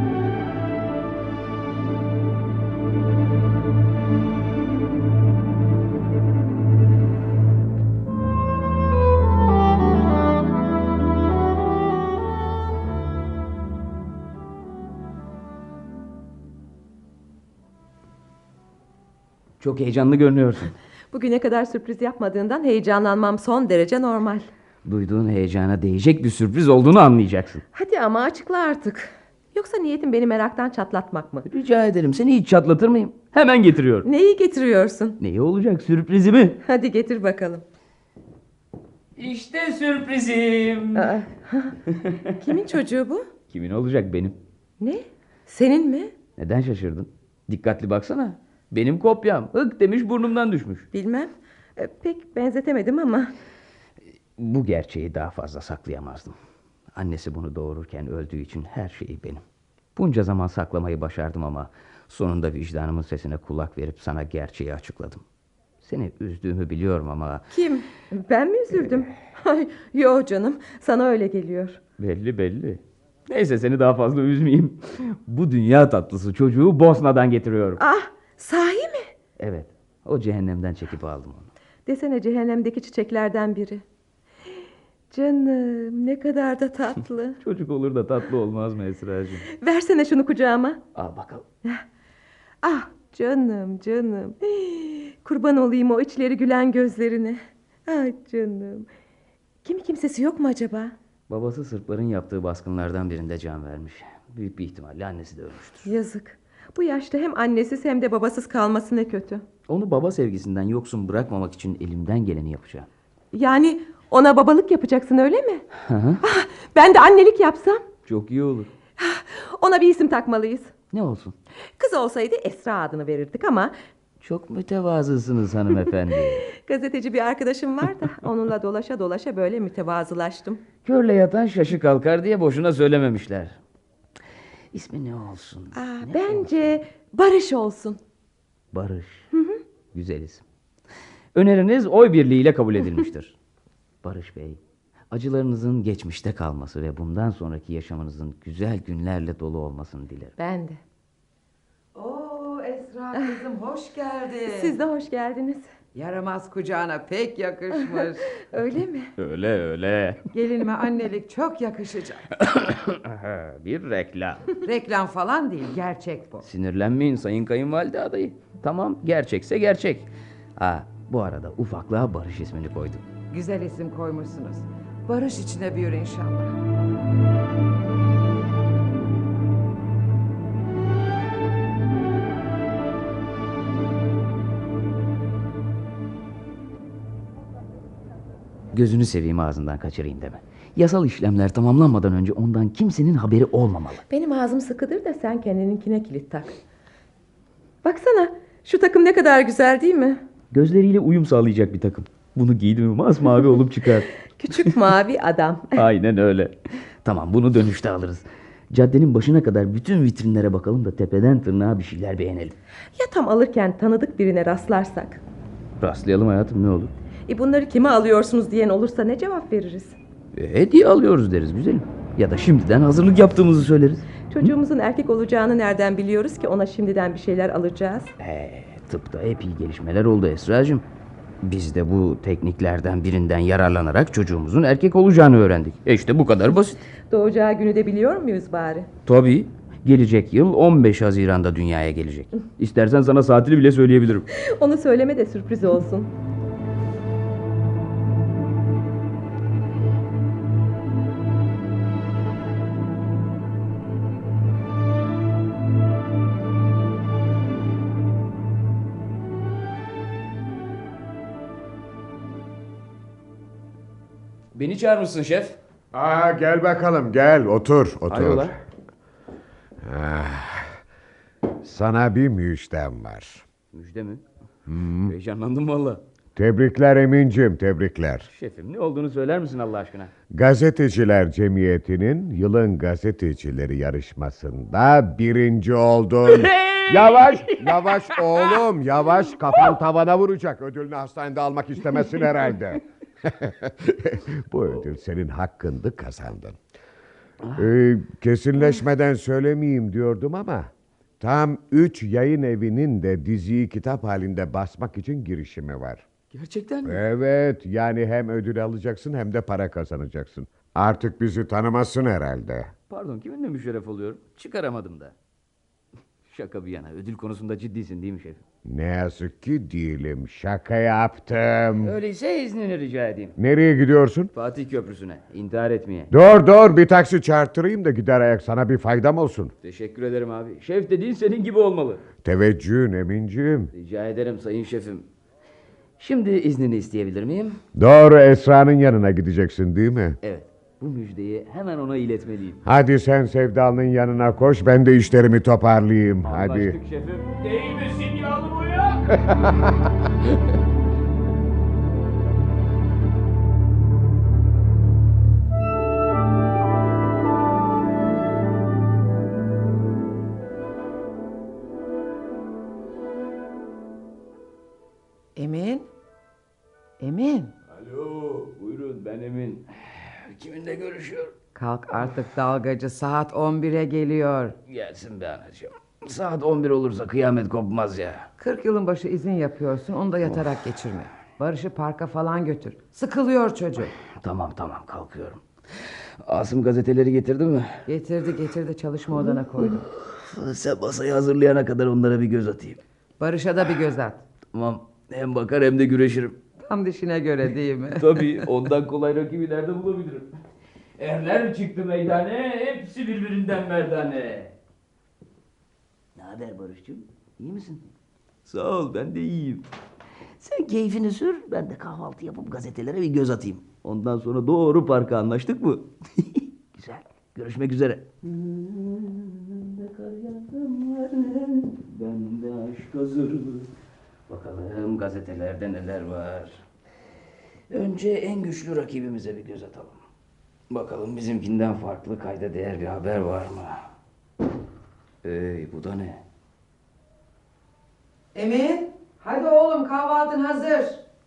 Çok heyecanlı görünüyorsun. Bugüne kadar sürpriz yapmadığından heyecanlanmam son derece normal. Duyduğun heyecana değecek bir sürpriz olduğunu anlayacaksın. Hadi ama açıkla artık. Yoksa niyetin beni meraktan çatlatmak mı? Rica ederim, seni hiç çatlatır mıyım? Hemen getiriyorum. Neyi getiriyorsun? Neyi olacak, sürprizimi? Hadi getir bakalım. İşte sürprizim. Aa, kimin çocuğu bu? Kimin olacak, benim. Ne? Senin mi? Neden şaşırdın? Dikkatli baksana. Benim kopyam. Hık demiş burnumdan düşmüş. Bilmem. E, pek benzetemedim ama. Bu gerçeği daha fazla saklayamazdım. Annesi bunu doğururken öldüğü için her şeyi benim. Bunca zaman saklamayı başardım ama sonunda vicdanımın sesine kulak verip sana gerçeği açıkladım. Seni üzdüğümü biliyorum ama... Kim? Ben mi üzüldüm? Ay, yo canım, sana öyle geliyor. Belli belli. Neyse, seni daha fazla üzmeyeyim. Bu dünya tatlısı çocuğu Bosna'dan getiriyorum. Ah, sahi mi? Evet, o cehennemden çekip aldım onu. Desene, cehennemdeki çiçeklerden biri. Canım, ne kadar da tatlı. Çocuk olur da tatlı olmaz mı Esra'cığım? Versene şunu kucağıma. Al bakalım. Ah canım canım. Kurban olayım o içleri gülen gözlerine. Ah canım. Kimi kimsesi yok mu acaba? Babası Sırpların yaptığı baskınlardan birinde can vermiş. Büyük bir ihtimalle annesi de ölmüştür. Yazık. Bu yaşta hem annesiz hem de babasız kalması ne kötü. Onu baba sevgisinden yoksun bırakmamak için elimden geleni yapacağım. Yani ona babalık yapacaksın, öyle mi? Hı hı. Ah, ben de annelik yapsam. Çok iyi olur. Ona bir isim takmalıyız. Ne olsun? Kız olsaydı Esra adını verirdik ama... Çok mütevazısınız hanımefendi. Gazeteci bir arkadaşım var da onunla dolaşa dolaşa böyle mütevazılaştım. Körle yatan şaşı kalkar diye boşuna söylememişler. İsmi ne olsun? Aa, Ne bence olsun? Barış olsun. Barış. Güzel isim. Öneriniz oy birliğiyle kabul edilmiştir. Barış Bey, acılarınızın geçmişte kalması ve bundan sonraki yaşamınızın güzel günlerle dolu olmasını dilerim. Ben de. Oo Esra kızım, hoş geldin. Siz de hoş geldiniz. Yaramaz kucağına pek yakışmış. Öyle mi? Öyle öyle. Gelinime annelik çok yakışacak. Bir reklam. Reklam falan değil, gerçek bu. Sinirlenmeyin sayın kayınvalide adayı. Tamam, gerçekse gerçek. Ha, bu arada ufaklığa Barış ismini koydum. Güzel isim koymuşsunuz. Barış içine büyür inşallah. Gözünü seveyim, ağzından kaçırayım deme. Yasal işlemler tamamlanmadan önce ondan kimsenin haberi olmamalı. Benim ağzım sıkıdır da sen kendininkine kilit tak. Baksana, şu takım ne kadar güzel değil mi? Gözleriyle uyum sağlayacak bir takım. Bunu giydim mi masmavi olup çıkar. Küçük mavi adam. Aynen öyle. Tamam, bunu dönüşte alırız. Caddenin başına kadar bütün vitrinlere bakalım da tepeden tırnağa bir şeyler beğenelim. Ya tam alırken tanıdık birine rastlarsak? Rastlayalım hayatım, ne olur. E bunları kime alıyorsunuz diyen olursa ne cevap veririz? E, hediye alıyoruz deriz güzelim. Ya da şimdiden hazırlık yaptığımızı söyleriz. Çocuğumuzun erkek olacağını nereden biliyoruz ki ona şimdiden bir şeyler alacağız? He, tıpta epey gelişmeler oldu Esra'cığım. Biz de bu tekniklerden birinden yararlanarak çocuğumuzun erkek olacağını öğrendik. E işte bu kadar basit. Doğacağı günü de biliyor muyuz bari? Tabii. Gelecek yıl on beş Haziran'da dünyaya gelecek. İstersen sana saatini bile söyleyebilirim. Onu söyleme de sürpriz olsun. Beni çağırmışsın şef. Aa, gel bakalım, gel otur otur. Hayrola? Ah, sana bir müjdem var. Müjde mi? Hmm. Heyecanlandım valla. Tebrikler Emin'cim, tebrikler. Şefim, ne olduğunu söyler misin Allah aşkına? Gazeteciler Cemiyeti'nin yılın gazetecileri yarışmasında birinci oldun. Yavaş, yavaş oğlum, yavaş, kafan tavana vuracak. Ödülünü hastanede almak istemezsin herhalde. Bu ödül senin hakkındı, kazandın. Ee, kesinleşmeden söylemeyeyim diyordum ama tam üç yayın evinin de diziyi kitap halinde basmak için girişimi var. Gerçekten mi? Evet, yani hem ödül alacaksın hem de para kazanacaksın. Artık bizi tanımazsın herhalde. Pardon, kiminle müşerref oluyorum? Çıkaramadım da. Şaka bir yana, ödül konusunda ciddisin değil mi şefim? Ne yazık ki değilim, şaka yaptım. Öyleyse iznini rica edeyim. Nereye gidiyorsun? Fatih Köprüsü'ne, intihar etmeye. Dur dur, bir taksi çağırtırayım da gider ayak, sana bir faydam olsun. Teşekkür ederim abi. Şef dediğin senin gibi olmalı. Teveccühün Emin'ciğim. Rica ederim sayın şefim. Şimdi iznini isteyebilir miyim? Doğru, Esra'nın yanına gideceksin değil mi? Evet. Bu müjdeyi hemen ona iletmeliyim. Hadi sen Sevdalı'nın yanına koş, ben de işlerimi toparlayayım. Anlaştık Hadi. şefim. Değil misin yağlı boya? üşüyor. Kalk artık dalgacı, saat on bire geliyor. Gelsin be anacığım. Saat on bir olursa kıyamet kopmaz ya. Kırk yılın başı izin yapıyorsun, onu da yatarak geçirme. Barış'ı parka falan götür. Sıkılıyor çocuk. Tamam tamam kalkıyorum. Asım gazeteleri getirdi mi? Getirdi getirdi, çalışma odana koydum. Sen masayı hazırlayana kadar onlara bir göz atayım. Barış'a da bir göz at. Tamam, hem bakar hem de güreşirim. Tam dişine göre değil mi? Tabii, ondan kolay rakibi nerede bulabilirim? Erler çıktı meydane, hepsi birbirinden merdane. Ne haber Barış'cığım? İyi misin? Sağ ol, ben de iyiyim. Sen keyfini sür, ben de kahvaltı yapıp gazetelere bir göz atayım. Ondan sonra doğru parka, anlaştık mı? Güzel, görüşmek üzere. Ben de aşk hazır. Bakalım gazetelerde neler var. Önce en güçlü rakibimize bir göz atalım. Bakalım bizimkinden farklı, kayda değer bir haber var mı? Ey, bu da ne? Emin, hadi oğlum, kahvaltın hazır.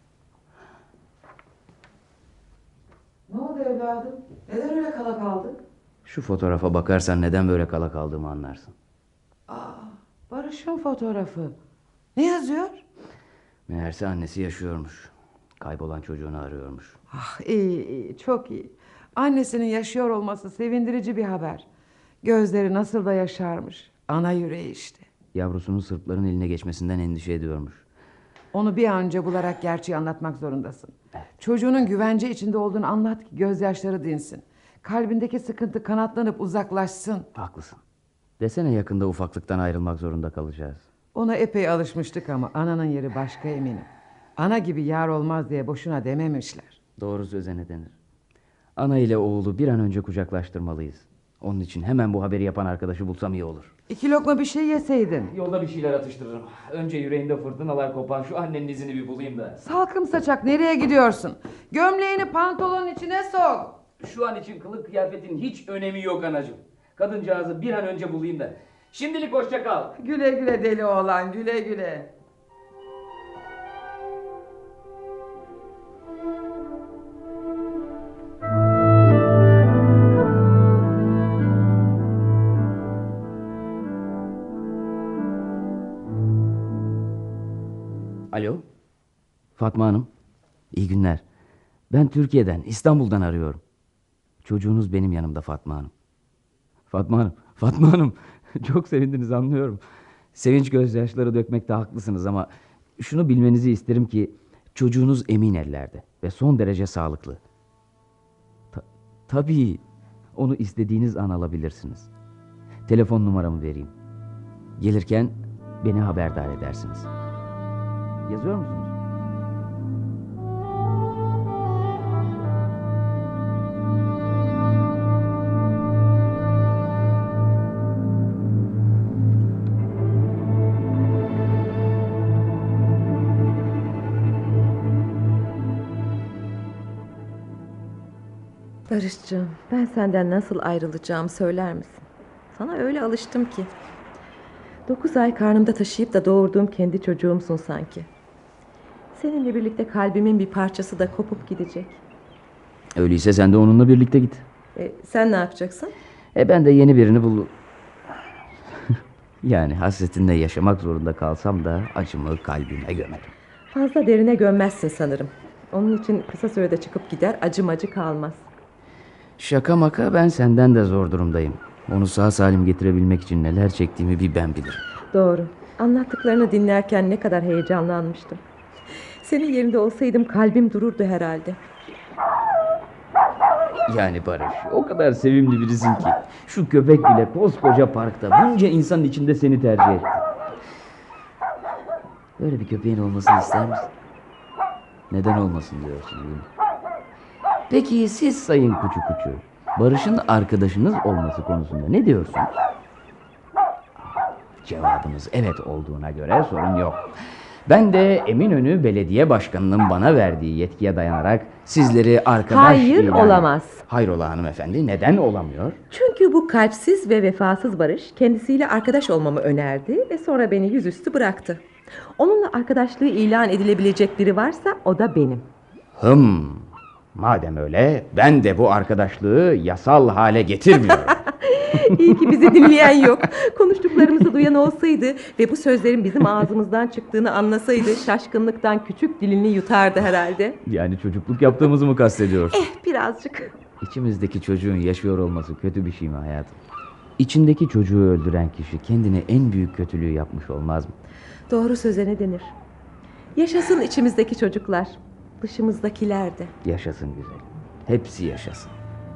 Ne oldu evladım? Neden öyle kala kaldın? Şu fotoğrafa bakarsan neden böyle kala kaldığımı anlarsın. Aa, Barış'ın fotoğrafı. Ne yazıyor? Meğerse annesi yaşıyormuş. Kaybolan çocuğunu arıyormuş. Ah, iyi iyi, çok iyi. Annesinin yaşıyor olması sevindirici bir haber. Gözleri nasıl da yaşarmış. Ana yüreği işte. Yavrusunun Sırpların eline geçmesinden endişe ediyormuş. Onu bir an önce bularak gerçeği anlatmak zorundasın. Çocuğunun güvence içinde olduğunu anlat ki gözyaşları dinsin. Kalbindeki sıkıntı kanatlanıp uzaklaşsın. Haklısın. Desene yakında ufaklıktan ayrılmak zorunda kalacağız. Ona epey alışmıştık ama ananın yeri başka eminim. Ana gibi yar olmaz diye boşuna dememişler. Doğru söze ne denir? Ana ile oğlu bir an önce kucaklaştırmalıyız. Onun için hemen bu haberi yapan arkadaşı bulsam iyi olur. İki lokma bir şey yeseydin. Yolda bir şeyler atıştırırım. Önce yüreğinde fırtınalar kopan şu annenin izini bir bulayım da. Salkım saçak, nereye gidiyorsun? Gömleğini pantolonun içine sok. Şu an için kılık kıyafetin hiç önemi yok anacığım. Kadıncağızı bir an önce bulayım da. Şimdilik hoşça kal. Güle güle deli oğlan, güle güle. Alo. Fatma Hanım. İyi günler. Ben Türkiye'den, İstanbul'dan arıyorum. Çocuğunuz benim yanımda Fatma Hanım. Fatma Hanım, Fatma Hanım. Çok sevindiniz anlıyorum. Sevinç gözyaşları dökmekte haklısınız ama şunu bilmenizi isterim ki çocuğunuz emin ellerde ve son derece sağlıklı. Ta- tabii onu istediğiniz an alabilirsiniz. Telefon numaramı vereyim. Gelirken beni haberdar edersiniz. Yazıyor musunuz? Barış'cığım, ben senden nasıl ayrılacağımı söyler misin? Sana öyle alıştım ki. Dokuz ay karnımda taşıyıp da doğurduğum kendi çocuğumsun sanki. Seninle birlikte kalbimin bir parçası da kopup gidecek. Öyleyse sen de onunla birlikte git. E, sen ne yapacaksın? E ben de yeni birini bul... yani hasretinle yaşamak zorunda kalsam da acımı kalbime gömerim. Fazla derine gömmezsin sanırım. Onun için kısa sürede çıkıp gider, acım acı kalmaz. Şaka maka ben senden de zor durumdayım. Onu sağ salim getirebilmek için neler çektiğimi bir ben bilirim. Doğru. Anlattıklarını dinlerken ne kadar heyecanlanmıştım. Senin yerinde olsaydım kalbim dururdu herhalde. Yani Barış, o kadar sevimli birisin ki şu köpek bile koskoca parkta bunca insanın içinde seni tercih etti. Böyle bir köpeğin olmasını ister misin? Neden olmasın diyorsun değil mi? Peki siz Sayın Kuçu Kuçu, Barış'ın arkadaşınız olması konusunda ne diyorsunuz? Cevabınız evet olduğuna göre sorun yok. Ben de Eminönü Belediye Başkanı'nın bana verdiği yetkiye dayanarak sizleri arkadaş... Hayır, ilan... olamaz. Hayrola hanımefendi, neden olamıyor? Çünkü bu kalpsiz ve vefasız Barış kendisiyle arkadaş olmamı önerdi ve sonra beni yüzüstü bıraktı. Onunla arkadaşlığı ilan edilebilecek biri varsa o da benim. Hım. Madem öyle, ben de bu arkadaşlığı yasal hale getirmiyorum. İyi ki bizi dinleyen yok. Konuştuklarımızı duyan olsaydı ve bu sözlerin bizim ağzımızdan çıktığını anlasaydı şaşkınlıktan küçük dilini yutardı herhalde. Yani çocukluk yaptığımızı mı kastediyorsun? Eh, birazcık. İçimizdeki çocuğun yaşıyor olması kötü bir şey mi hayatım? İçindeki çocuğu öldüren kişi kendine en büyük kötülüğü yapmış olmaz mı? Doğru söze ne denir? Yaşasın içimizdeki çocuklar. Dışımızdakiler de. Yaşasın güzelim. Hepsi yaşasın.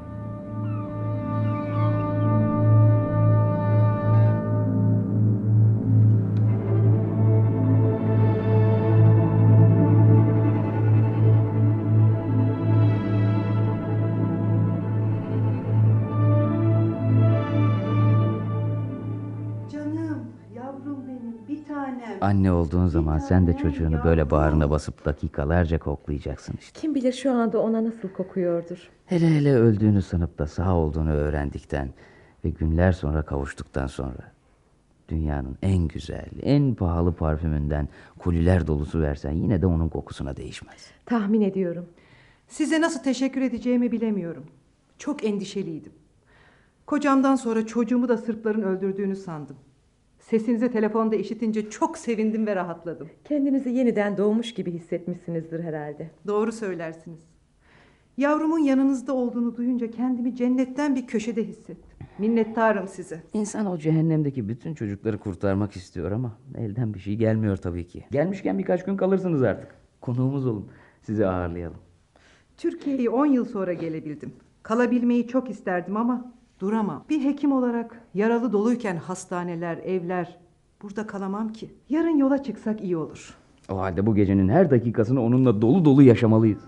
Anne olduğun zaman sen de çocuğunu böyle bağrına basıp dakikalarca koklayacaksın işte. Kim bilir şu anda ona nasıl kokuyordur. Hele hele öldüğünü sanıp da sağ olduğunu öğrendikten ve günler sonra kavuştuktan sonra. Dünyanın en güzel, en pahalı parfümünden kuliler dolusu versen yine de onun kokusuna değişmez. Tahmin ediyorum. Size nasıl teşekkür edeceğimi bilemiyorum. Çok endişeliydim. Kocamdan sonra çocuğumu da Sırpların öldürdüğünü sandım. Sesinizi telefonda işitince çok sevindim ve rahatladım. Kendinizi yeniden doğmuş gibi hissetmişsinizdir herhalde. Doğru söylersiniz. Yavrumun yanınızda olduğunu duyunca kendimi cennetten bir köşede hissettim. Minnettarım size. İnsan o cehennemdeki bütün çocukları kurtarmak istiyor ama elden bir şey gelmiyor tabii ki. Gelmişken birkaç gün kalırsınız artık. Konuğumuz olun. Sizi ağırlayalım. Türkiye'ye on yıl sonra gelebildim. Kalabilmeyi çok isterdim ama duramam. Bir hekim olarak yaralı doluyken hastaneler, evler, burada kalamam ki. Yarın yola çıksak iyi olur. O halde bu gecenin her dakikasını onunla dolu dolu yaşamalıyız.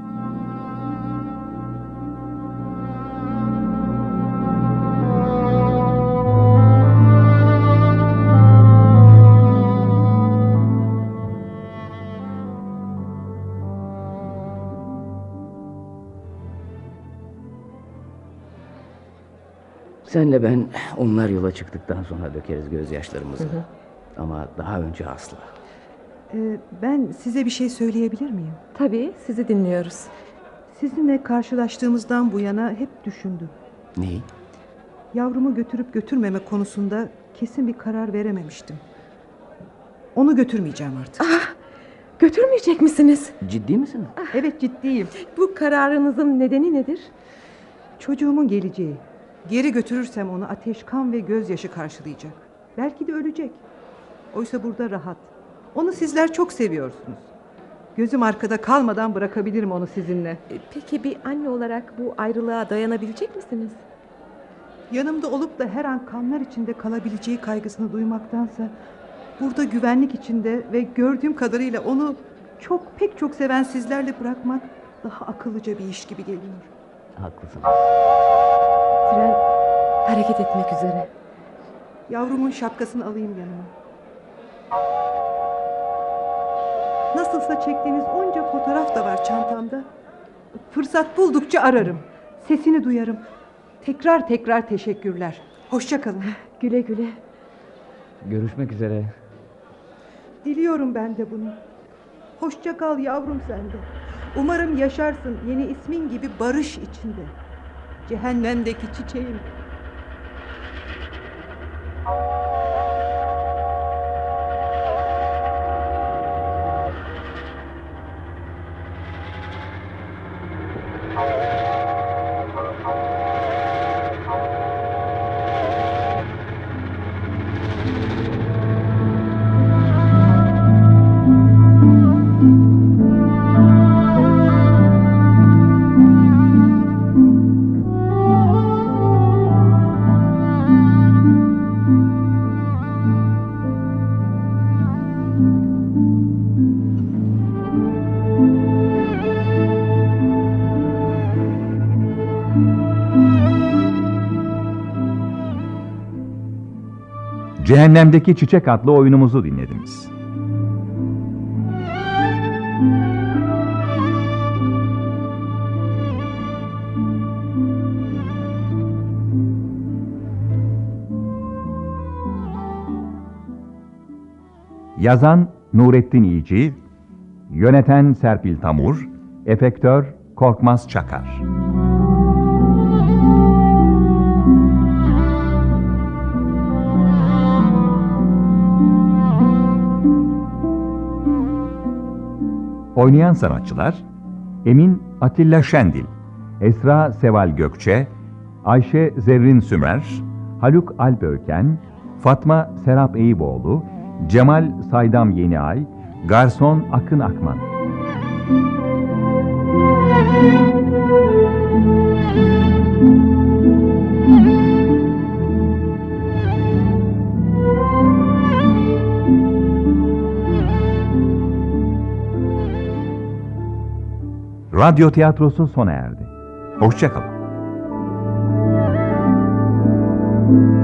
Senle ben onlar yola çıktıktan sonra dökeriz gözyaşlarımızı. Hı hı. Ama daha önce Aslı. Ee, ben size bir şey söyleyebilir miyim? Tabii, sizi dinliyoruz. Sizinle karşılaştığımızdan bu yana hep düşündüm. Neyi? Yavrumu götürüp götürmeme konusunda kesin bir karar verememiştim. Onu götürmeyeceğim artık. Ah, götürmeyecek misiniz? Ciddi misin? Ah, evet, ciddiyim. Bu kararınızın nedeni nedir? Çocuğumun geleceği. Geri götürürsem onu ateş, kan ve gözyaşı karşılayacak. Belki de ölecek. Oysa burada rahat. Onu sizler çok seviyorsunuz. Gözüm arkada kalmadan bırakabilirim onu sizinle. Peki bir anne olarak bu ayrılığa dayanabilecek misiniz? Yanımda olup da her an kanlar içinde kalabileceği kaygısını duymaktansa burada güvenlik içinde ve gördüğüm kadarıyla onu çok pek çok seven sizlerle bırakmak daha akıllıca bir iş gibi geliyor. Haklısın. Tren hareket etmek üzere. Yavrumun şapkasını alayım yanıma. Nasılsa çektiğiniz onca fotoğraf da var çantamda. Fırsat buldukça ararım. Sesini duyarım. Tekrar tekrar teşekkürler. Hoşça kalın. Güle güle. Görüşmek üzere. Diliyorum ben de bunu. Hoşça kal yavrum sen de. Umarım yaşarsın yeni ismin gibi barış içinde. Cehennemdeki çiçeğim. Cehennemdeki Çiçek adlı oyunumuzu dinlediniz. Yazan Nurettin İyici, yöneten Serpil Tamur, efektör Korkmaz Çakar. Oynayan sanatçılar: Emin Atilla Şendil, Esra Seval Gökçe, Ayşe Zerrin Sümer, Haluk Alp Öken, Fatma Serap Eyüboğlu, Cemal Saydam Yeniay, Garson Akın Akman. Radyo tiyatrosu sona erdi. Hoşça kalın.